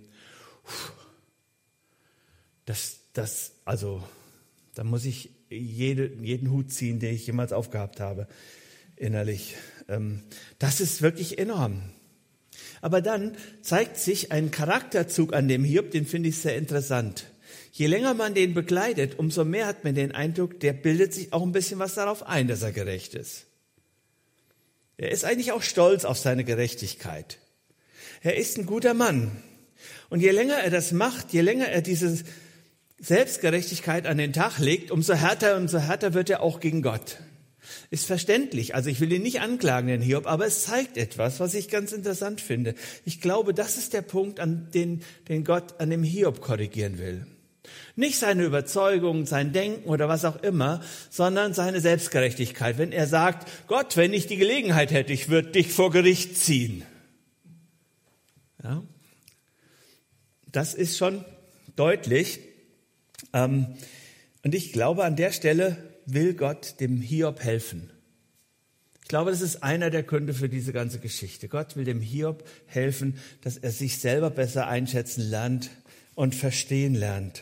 Da muss ich jeden Hut ziehen, den ich jemals aufgehabt habe, innerlich. Das ist wirklich enorm. Aber dann zeigt sich ein Charakterzug an dem Hiob, den finde ich sehr interessant. Je länger man den begleitet, umso mehr hat man den Eindruck, der bildet sich auch ein bisschen was darauf ein, dass er gerecht ist. Er ist eigentlich auch stolz auf seine Gerechtigkeit. Er ist ein guter Mann. Und je länger er das macht, je länger er diese Selbstgerechtigkeit an den Tag legt, umso härter wird er auch gegen Gott. Ist verständlich. Also ich will ihn nicht anklagen, den Hiob, aber es zeigt etwas, was ich ganz interessant finde. Ich glaube, das ist der Punkt, an den Gott an dem Hiob korrigieren will. Nicht seine Überzeugung, sein Denken oder was auch immer, sondern seine Selbstgerechtigkeit. Wenn er sagt, Gott, wenn ich die Gelegenheit hätte, ich würde dich vor Gericht ziehen. Ja? Das ist schon deutlich. Und ich glaube, an der Stelle will Gott dem Hiob helfen. Ich glaube, das ist einer der Gründe für diese ganze Geschichte. Gott will dem Hiob helfen, dass er sich selber besser einschätzen lernt und verstehen lernt.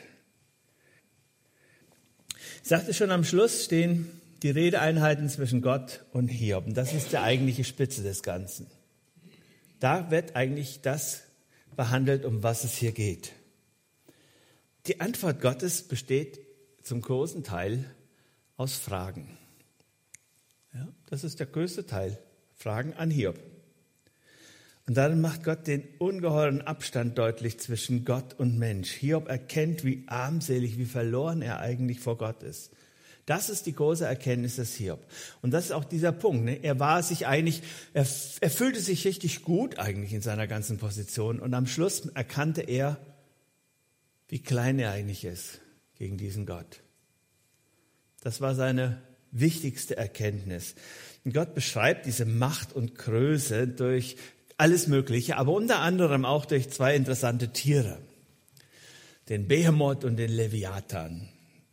Ich sagte schon, am Schluss stehen die Redeeinheiten zwischen Gott und Hiob. Und das ist die eigentliche Spitze des Ganzen. Da wird eigentlich das behandelt, um was es hier geht. Die Antwort Gottes besteht zum großen Teil aus Fragen. Ja, das ist der größte Teil. Fragen an Hiob. Und dann macht Gott den ungeheuren Abstand deutlich zwischen Gott und Mensch. Hiob erkennt, wie armselig, wie verloren er eigentlich vor Gott ist. Das ist die große Erkenntnis des Hiob. Und das ist auch dieser Punkt. Ne? Er fühlte sich richtig gut eigentlich in seiner ganzen Position. Und am Schluss erkannte er, wie klein er eigentlich ist gegen diesen Gott. Das war seine wichtigste Erkenntnis. Und Gott beschreibt diese Macht und Größe durch alles Mögliche, aber unter anderem auch durch zwei interessante Tiere, den Behemoth und den Leviathan.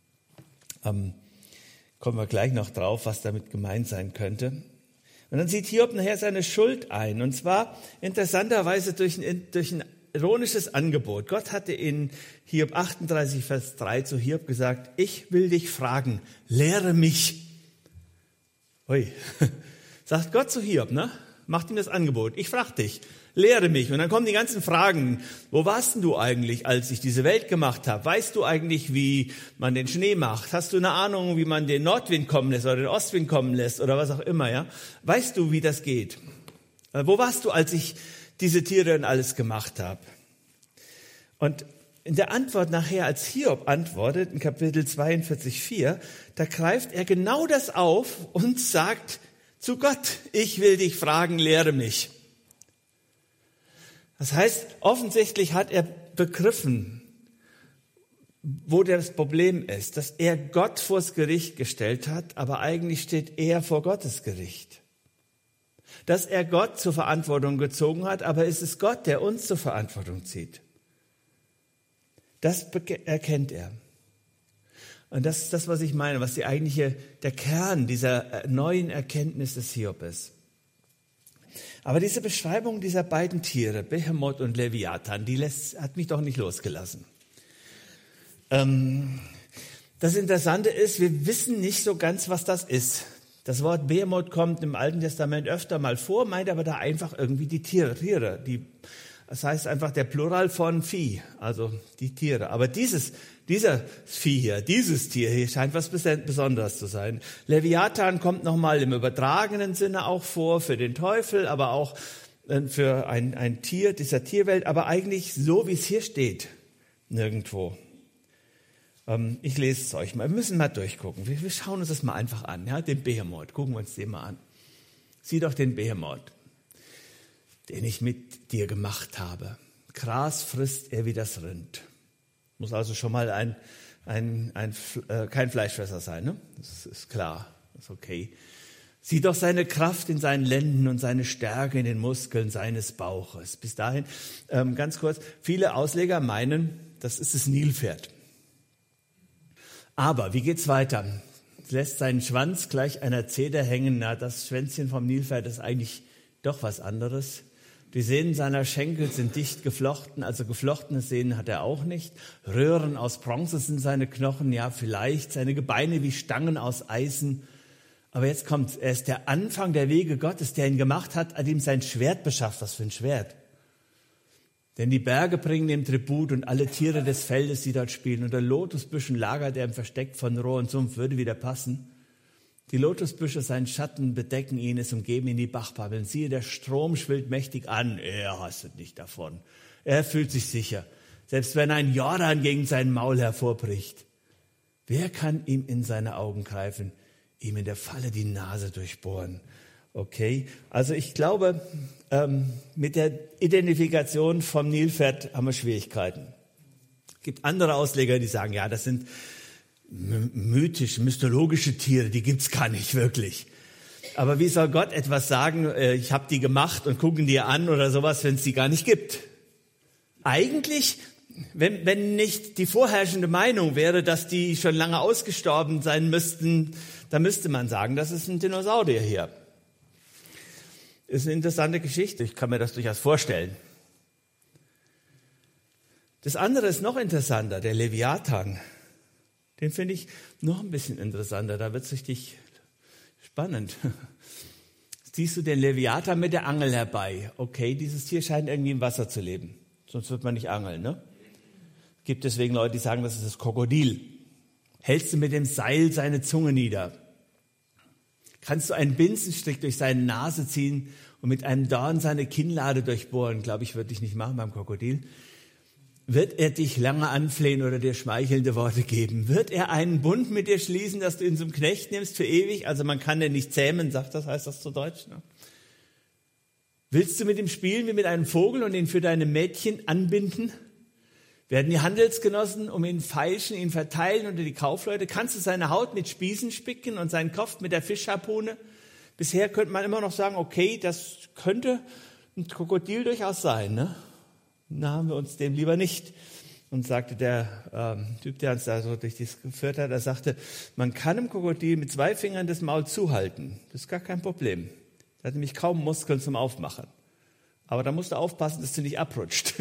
Kommen wir gleich noch drauf, was damit gemeint sein könnte. Und dann sieht Hiob nachher seine Schuld ein, und zwar interessanterweise durch ein ironisches Angebot. Gott hatte in Hiob 38, Vers 3 zu Hiob gesagt, ich will dich fragen, lehre mich. Ui, sagt Gott zu Hiob, ne? Macht ihm das Angebot. Ich frage dich, lehre mich. Und dann kommen die ganzen Fragen. Wo warst denn du eigentlich, als ich diese Welt gemacht habe? Weißt du eigentlich, wie man den Schnee macht? Hast du eine Ahnung, wie man den Nordwind kommen lässt oder den Ostwind kommen lässt oder was auch immer? Ja? Weißt du, wie das geht? Wo warst du, als ich diese Tiere und alles gemacht habe? Und in der Antwort nachher, als Hiob antwortet, in Kapitel 42,4, da greift er genau das auf und sagt zu Gott, ich will dich fragen, lehre mich. Das heißt, offensichtlich hat er begriffen, wo das Problem ist, dass er Gott vors Gericht gestellt hat, aber eigentlich steht er vor Gottes Gericht. Dass er Gott zur Verantwortung gezogen hat, aber es ist Gott, der uns zur Verantwortung zieht. Das erkennt er. Und das ist das, was ich meine, was der Kern dieser neuen Erkenntnis des Hiob ist. Aber diese Beschreibung dieser beiden Tiere, Behemoth und Leviathan, hat mich doch nicht losgelassen. Das Interessante ist, wir wissen nicht so ganz, was das ist. Das Wort Behemoth kommt im Alten Testament öfter mal vor, meint aber da einfach irgendwie die Tiere. Das heißt einfach der Plural von Vieh, also die Tiere. Aber dieser Vieh hier, dieses Tier hier scheint was Besonderes zu sein. Leviathan kommt nochmal im übertragenen Sinne auch vor, für den Teufel, aber auch für ein Tier dieser Tierwelt, aber eigentlich so, wie es hier steht, nirgendwo. Ich lese es euch mal. Wir müssen mal durchgucken. Wir schauen uns das mal einfach an. Ja? Den Behemoth, gucken wir uns den mal an. Sieh doch den Behemoth, den ich mit dir gemacht habe. Gras frisst er wie das Rind. Muss also schon mal kein Fleischfresser sein, ne? Das ist klar, das ist okay. Sieh doch seine Kraft in seinen Lenden und seine Stärke in den Muskeln seines Bauches. Bis dahin, ganz kurz, viele Ausleger meinen, das ist das Nilpferd. Aber wie geht's weiter? Es lässt seinen Schwanz gleich einer Zeder hängen. Na, das Schwänzchen vom Nilpferd ist eigentlich doch was anderes. Die Sehnen seiner Schenkel sind dicht geflochten, also geflochtene Sehnen hat er auch nicht. Röhren aus Bronze sind seine Knochen, ja vielleicht. Seine Gebeine wie Stangen aus Eisen. Aber jetzt kommt's, er ist der Anfang der Wege Gottes, der ihn gemacht hat, hat ihm sein Schwert beschafft. Was für ein Schwert? Denn die Berge bringen ihm Tribut und alle Tiere des Feldes, die dort spielen. Unter Lotusbüschen lagert er im Versteck von Rohr und Sumpf, würde wieder passen. Die Lotusbüsche, sein Schatten bedecken ihn, es umgeben ihn die Bachpappeln. Siehe, der Strom schwillt mächtig an. Er hasset nicht davon. Er fühlt sich sicher, selbst wenn ein Jordan gegen sein Maul hervorbricht. Wer kann ihm in seine Augen greifen, ihm in der Falle die Nase durchbohren? Okay, also ich glaube, mit der Identifikation vom Nilpferd haben wir Schwierigkeiten. Es gibt andere Ausleger, die sagen, ja, das sind mythologische Tiere, die gibt's gar nicht wirklich. Aber wie soll Gott etwas sagen, ich habe die gemacht und gucken die an oder sowas, wenn es die gar nicht gibt? Eigentlich, wenn nicht die vorherrschende Meinung wäre, dass die schon lange ausgestorben sein müssten, dann müsste man sagen, das ist ein Dinosaurier hier. Ist eine interessante Geschichte, ich kann mir das durchaus vorstellen. Das andere ist noch interessanter, der Leviathan. Den finde ich noch ein bisschen interessanter, da wird es richtig spannend. Siehst du den Leviathan mit der Angel herbei? Okay, dieses Tier scheint irgendwie im Wasser zu leben, sonst wird man nicht angeln, ne? Es gibt deswegen Leute, die sagen, das ist das Krokodil. Hältst du mit dem Seil seine Zunge nieder? Kannst du einen Binsenstrick durch seine Nase ziehen und mit einem Dorn seine Kinnlade durchbohren? Glaube ich, würde ich nicht machen beim Krokodil. Wird er dich lange anflehen oder dir schmeichelnde Worte geben? Wird er einen Bund mit dir schließen, dass du ihn zum Knecht nimmst für ewig? Also man kann den nicht zähmen, heißt das zu Deutsch. Ne? Willst du mit ihm spielen wie mit einem Vogel und ihn für deine Mädchen anbinden? Werden die Handelsgenossen um ihn feilschen, ihn verteilen unter die Kaufleute? Kannst du seine Haut mit Spießen spicken und seinen Kopf mit der Fischharpune? Bisher könnte man immer noch sagen, okay, das könnte ein Krokodil durchaus sein, ne? Nahmen wir uns dem lieber nicht. Und sagte der Typ, der uns da so durch das geführt hat, er sagte, man kann im Krokodil mit 2 Fingern das Maul zuhalten. Das ist gar kein Problem. Er hat nämlich kaum Muskeln zum Aufmachen. Aber da musst du aufpassen, dass du nicht abrutscht.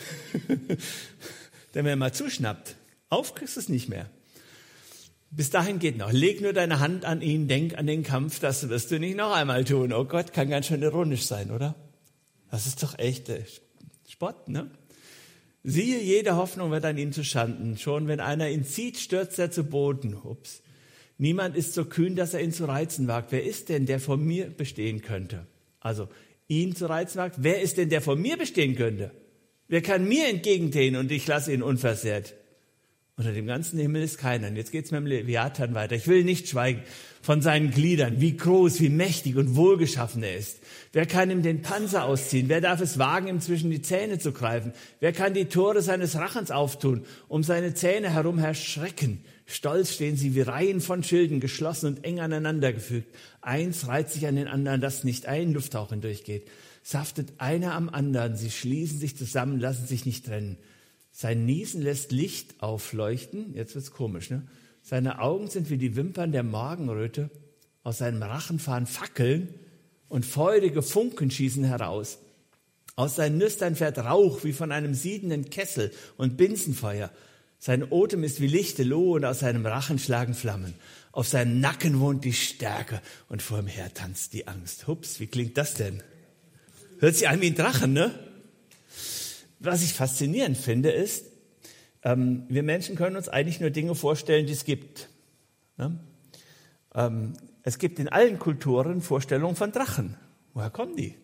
Denn wenn er mal zuschnappt, kriegst du es nicht mehr. Bis dahin geht noch. Leg nur deine Hand an ihn, denk an den Kampf, das wirst du nicht noch einmal tun. Oh Gott, kann ganz schön ironisch sein, oder? Das ist doch echt Spott, ne? Siehe, jede Hoffnung wird an ihm zuschanden. Schon wenn einer ihn zieht, stürzt er zu Boden. Ups. Niemand ist so kühn, dass er ihn zu reizen wagt. Wer ist denn, der vor mir bestehen könnte? Also, ihn zu reizen wagt. Wer ist denn, der vor mir bestehen könnte? Wer kann mir entgegentreten und ich lasse ihn unversehrt? Unter dem ganzen Himmel ist keiner. Und jetzt geht's mit dem Leviathan weiter. Ich will nicht schweigen von seinen Gliedern, wie groß, wie mächtig und wohlgeschaffen er ist. Wer kann ihm den Panzer ausziehen? Wer darf es wagen, ihm zwischen die Zähne zu greifen? Wer kann die Tore seines Rachens auftun, um seine Zähne herum erschrecken? Stolz stehen sie wie Reihen von Schilden, geschlossen und eng aneinander gefügt. Eins reiht sich an den anderen, dass nicht ein Lufthauch hindurchgeht. Saftet einer am anderen, sie schließen sich zusammen, lassen sich nicht trennen. Sein Niesen lässt Licht aufleuchten. Jetzt wird's komisch, ne? Seine Augen sind wie die Wimpern der Morgenröte. Aus seinem Rachen fahren Fackeln und feurige Funken schießen heraus. Aus seinen Nüstern fährt Rauch wie von einem siedenden Kessel und Binsenfeuer. Sein Odem ist wie Lichterloh und aus seinem Rachen schlagen Flammen. Auf seinem Nacken wohnt die Stärke und vor ihm her tanzt die Angst. Hups, wie klingt das denn? Hört sich an wie ein Drachen, ne? Was ich faszinierend finde, ist, wir Menschen können uns eigentlich nur Dinge vorstellen, die es gibt. Ne? Es gibt in allen Kulturen Vorstellungen von Drachen. Woher kommen die?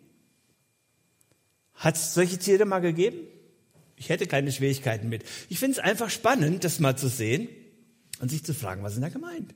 Hat es solche Tiere mal gegeben? Ich hätte keine Schwierigkeiten mit. Ich finde es einfach spannend, das mal zu sehen und sich zu fragen, was ist denn da gemeint?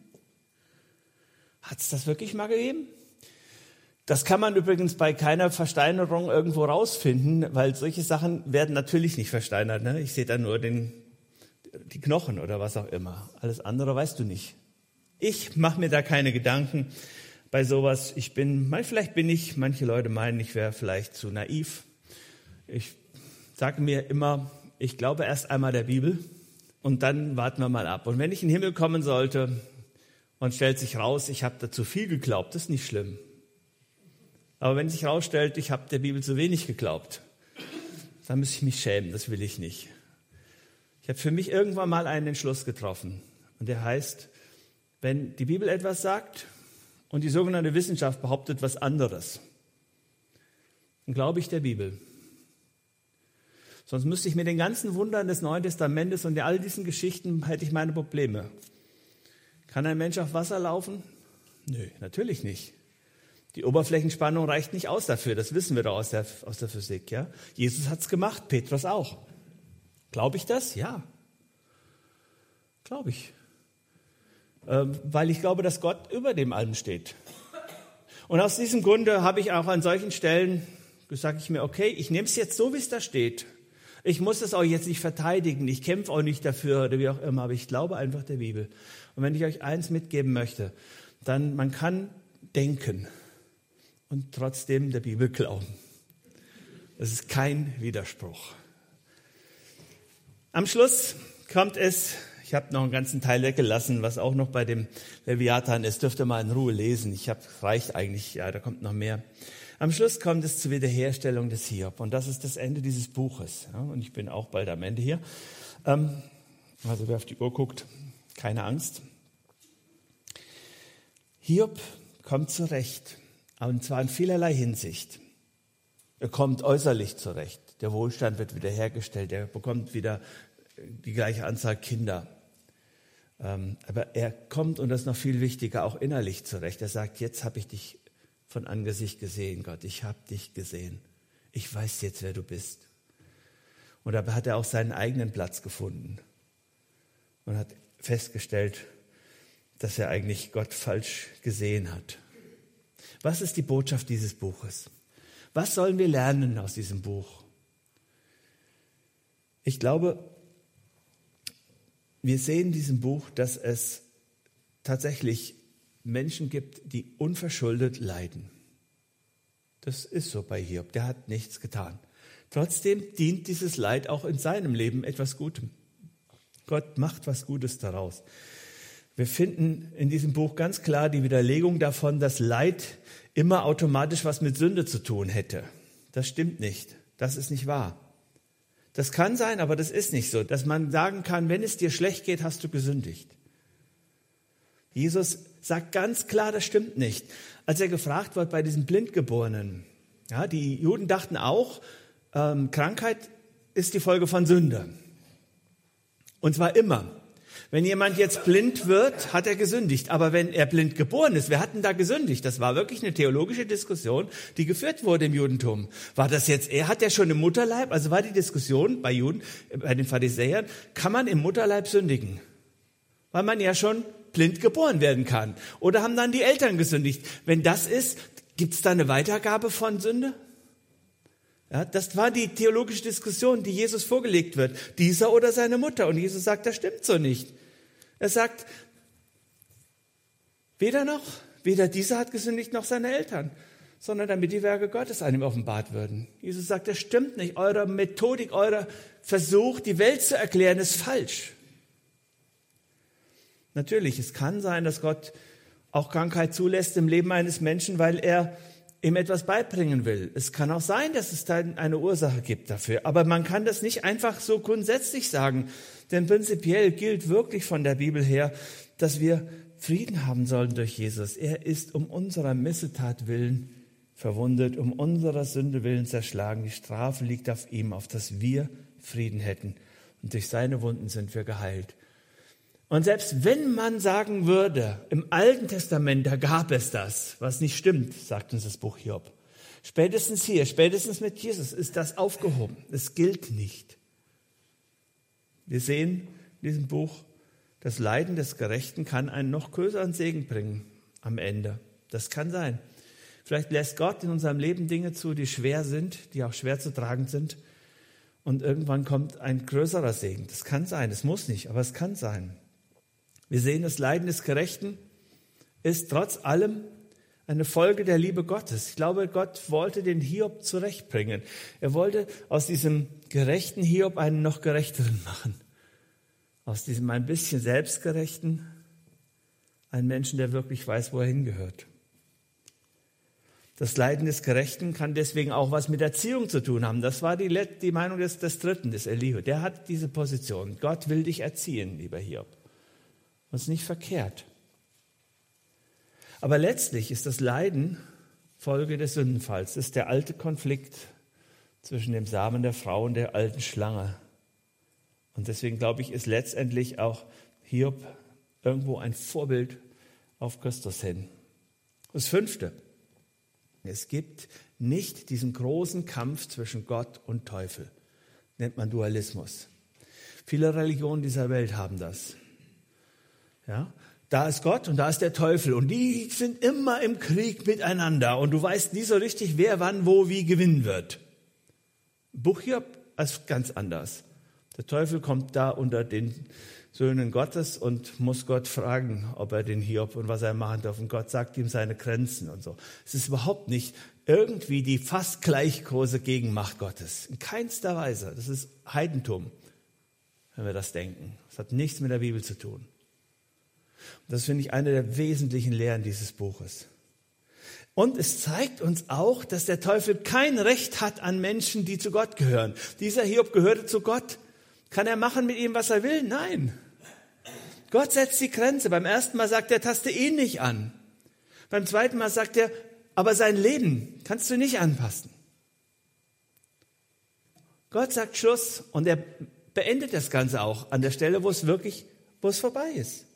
Hat es das wirklich mal gegeben? Das kann man übrigens bei keiner Versteinerung irgendwo rausfinden, weil solche Sachen werden natürlich nicht versteinert. Ne? Ich sehe da nur die Knochen oder was auch immer. Alles andere weißt du nicht. Ich mache mir da keine Gedanken bei sowas. Vielleicht bin ich, manche Leute meinen, ich wäre vielleicht zu naiv. Ich sage mir immer, ich glaube erst einmal der Bibel und dann warten wir mal ab. Und wenn ich in den Himmel kommen sollte und stellt sich raus, ich habe da zu viel geglaubt, das ist nicht schlimm. Aber wenn sich herausstellt, ich habe der Bibel zu wenig geglaubt, dann muss ich mich schämen, das will ich nicht. Ich habe für mich irgendwann mal einen Entschluss getroffen und der heißt, wenn die Bibel etwas sagt und die sogenannte Wissenschaft behauptet was anderes, dann glaube ich der Bibel. Sonst müsste ich mit den ganzen Wundern des Neuen Testamentes und all diesen Geschichten hätte ich meine Probleme. Kann ein Mensch auf Wasser laufen? Nö, natürlich nicht. Die Oberflächenspannung reicht nicht aus dafür, das wissen wir doch aus der Physik. Ja? Jesus hat es gemacht, Petrus auch. Glaube ich das? Ja. Glaube ich. Weil ich glaube, dass Gott über dem allem steht. Und aus diesem Grunde habe ich auch an solchen Stellen, sage ich mir, okay, ich nehme es jetzt so, wie es da steht. Ich muss es auch jetzt nicht verteidigen, ich kämpfe auch nicht dafür oder wie auch immer, aber ich glaube einfach der Bibel. Und wenn ich euch eins mitgeben möchte, dann man kann denken und trotzdem der Bibel glauben. Das ist kein Widerspruch. Am Schluss kommt es, ich habe noch einen ganzen Teil weggelassen, was auch noch bei dem Leviathan ist, dürft ihr mal in Ruhe lesen. Reicht eigentlich, ja, da kommt noch mehr. Am Schluss kommt es zur Wiederherstellung des Hiob und das ist das Ende dieses Buches. Ja, und ich bin auch bald am Ende hier. Also wer auf die Uhr guckt, keine Angst. Hiob kommt zurecht, und zwar in vielerlei Hinsicht. Er kommt äußerlich zurecht. Der Wohlstand wird wiederhergestellt. Er bekommt wieder die gleiche Anzahl Kinder. Aber er kommt, und das ist noch viel wichtiger, auch innerlich zurecht. Er sagt, jetzt habe ich dich von Angesicht gesehen, Gott. Ich habe dich gesehen. Ich weiß jetzt, wer du bist. Und dabei hat er auch seinen eigenen Platz gefunden und hat festgestellt, dass er eigentlich Gott falsch gesehen hat. Was ist die Botschaft dieses Buches? Was sollen wir lernen aus diesem Buch? Ich glaube, wir sehen in diesem Buch, dass es tatsächlich Menschen gibt, die unverschuldet leiden. Das ist so bei Hiob, der hat nichts getan. Trotzdem dient dieses Leid auch in seinem Leben etwas Gutem. Gott macht was Gutes daraus. Wir finden in diesem Buch ganz klar die Widerlegung davon, dass Leid immer automatisch was mit Sünde zu tun hätte. Das stimmt nicht. Das ist nicht wahr. Das kann sein, aber das ist nicht so, dass man sagen kann, wenn es dir schlecht geht, hast du gesündigt. Jesus sagt ganz klar, das stimmt nicht. Als er gefragt wird bei diesem Blindgeborenen, ja, die Juden dachten auch, Krankheit ist die Folge von Sünde. Und zwar immer. Wenn jemand jetzt blind wird, hat er gesündigt. Aber wenn er blind geboren ist, wer hat denn da gesündigt? Das war wirklich eine theologische Diskussion, die geführt wurde im Judentum. War das jetzt, hat er schon im Mutterleib? Also war die Diskussion bei Juden, bei den Pharisäern, kann man im Mutterleib sündigen? Weil man ja schon blind geboren werden kann. Oder haben dann die Eltern gesündigt? Wenn das ist, gibt es da eine Weitergabe von Sünde? Ja, das war die theologische Diskussion, die Jesus vorgelegt wird. Dieser oder seine Mutter. Und Jesus sagt, das stimmt so nicht. Er sagt, weder dieser hat gesündigt, noch seine Eltern, sondern damit die Werke Gottes an ihm offenbart würden. Jesus sagt, das stimmt nicht. Eure Methodik, euer Versuch, die Welt zu erklären, ist falsch. Natürlich, es kann sein, dass Gott auch Krankheit zulässt im Leben eines Menschen, weil er ihm etwas beibringen will. Es kann auch sein, dass es da eine Ursache gibt dafür. Aber man kann das nicht einfach so grundsätzlich sagen. Denn prinzipiell gilt wirklich von der Bibel her, dass wir Frieden haben sollen durch Jesus. Er ist um unserer Missetat willen verwundet, um unserer Sünde willen zerschlagen. Die Strafe liegt auf ihm, auf dass wir Frieden hätten. Und durch seine Wunden sind wir geheilt. Und selbst wenn man sagen würde, im Alten Testament, da gab es das, was nicht stimmt, sagt uns das Buch Hiob. Spätestens hier, spätestens mit Jesus ist das aufgehoben. Es gilt nicht. Wir sehen in diesem Buch, das Leiden des Gerechten kann einen noch größeren Segen bringen am Ende. Das kann sein. Vielleicht lässt Gott in unserem Leben Dinge zu, die schwer sind, die auch schwer zu tragen sind. Und irgendwann kommt ein größerer Segen. Das kann sein, es muss nicht, aber es kann sein. Wir sehen, das Leiden des Gerechten ist trotz allem eine Folge der Liebe Gottes. Ich glaube, Gott wollte den Hiob zurechtbringen. Er wollte aus diesem gerechten Hiob einen noch gerechteren machen. Aus diesem ein bisschen selbstgerechten einen Menschen, der wirklich weiß, wo er hingehört. Das Leiden des Gerechten kann deswegen auch was mit Erziehung zu tun haben. Das war die Meinung des Dritten, des Elihu. Der hat diese Position. Gott will dich erziehen, lieber Hiob. Das ist nicht verkehrt. Aber letztlich ist das Leiden Folge des Sündenfalls. Das ist der alte Konflikt zwischen dem Samen der Frau und der alten Schlange. Und deswegen glaube ich, ist letztendlich auch Hiob irgendwo ein Vorbild auf Christus hin. Das 5. Es gibt nicht diesen großen Kampf zwischen Gott und Teufel. Nennt man Dualismus. Viele Religionen dieser Welt haben das. Ja? Da ist Gott und da ist der Teufel. Und die sind immer im Krieg miteinander. Und du weißt nie so richtig, wer wann, wo, wie gewinnen wird. Buch Hiob ist ganz anders. Der Teufel kommt da unter den Söhnen Gottes und muss Gott fragen, ob er den Hiob und was er machen darf. Und Gott sagt ihm seine Grenzen und so. Es ist überhaupt nicht irgendwie die fast gleich große Gegenmacht Gottes. In keinster Weise. Das ist Heidentum, wenn wir das denken. Das hat nichts mit der Bibel zu tun. Und das finde ich eine der wesentlichen Lehren dieses Buches. Und es zeigt uns auch, dass der Teufel kein Recht hat an Menschen, die zu Gott gehören. Dieser Hiob gehörte zu Gott. Kann er machen mit ihm, was er will? Nein. Gott setzt die Grenze. Beim ersten Mal sagt er, taste ihn nicht an. Beim zweiten Mal sagt er, aber sein Leben kannst du nicht anpassen. Gott sagt Schluss und er beendet das Ganze auch an der Stelle, wo es vorbei ist.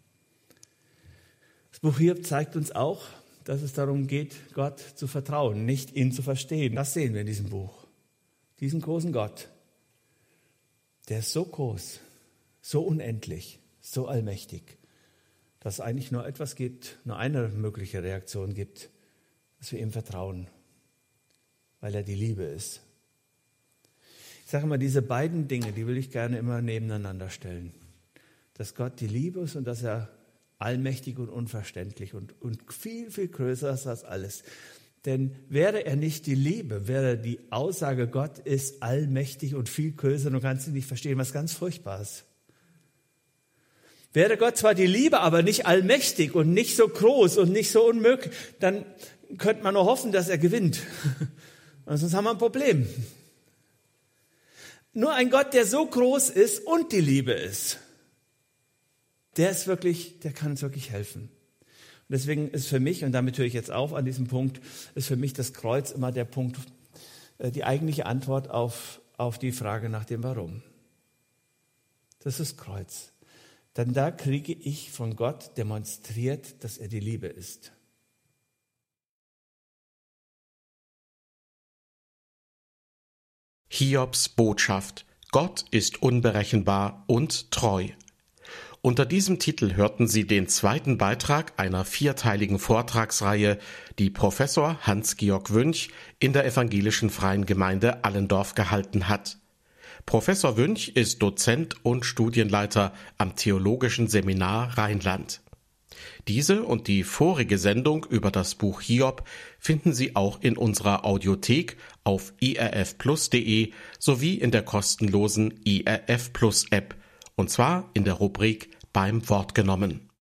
Das Buch Hiob zeigt uns auch, dass es darum geht, Gott zu vertrauen, nicht ihn zu verstehen. Das sehen wir in diesem Buch. Diesen großen Gott, der ist so groß, so unendlich, so allmächtig, dass es eigentlich nur etwas gibt, nur eine mögliche Reaktion gibt, dass wir ihm vertrauen, weil er die Liebe ist. Ich sage immer, diese beiden Dinge, die will ich gerne immer nebeneinander stellen. Dass Gott die Liebe ist und dass er allmächtig und unverständlich und viel, viel größer ist als alles. Denn wäre er nicht die Liebe, wäre die Aussage, Gott ist allmächtig und viel größer, du kannst ihn nicht verstehen, was ganz Furchtbares. Wäre Gott zwar die Liebe, aber nicht allmächtig und nicht so groß und nicht so unmöglich, dann könnte man nur hoffen, dass er gewinnt. Und sonst haben wir ein Problem. Nur ein Gott, der so groß ist und die Liebe ist, der kann uns wirklich helfen. Und deswegen ist für mich, und damit höre ich jetzt auf an diesem Punkt, ist für mich das Kreuz immer der Punkt, die eigentliche Antwort auf die Frage nach dem Warum. Das ist das Kreuz. Denn da kriege ich von Gott demonstriert, dass er die Liebe ist. Hiobs Botschaft: Gott ist unberechenbar und treu. Unter diesem Titel hörten Sie den zweiten Beitrag einer 4-teiligen Vortragsreihe, die Professor Hans-Georg Wünsch in der Evangelischen Freien Gemeinde Allendorf gehalten hat. Professor Wünsch ist Dozent und Studienleiter am Theologischen Seminar Rheinland. Diese und die vorige Sendung über das Buch Hiob finden Sie auch in unserer Audiothek auf irfplus.de sowie in der kostenlosen IRF Plus App, und zwar in der Rubrik Beim Wort genommen.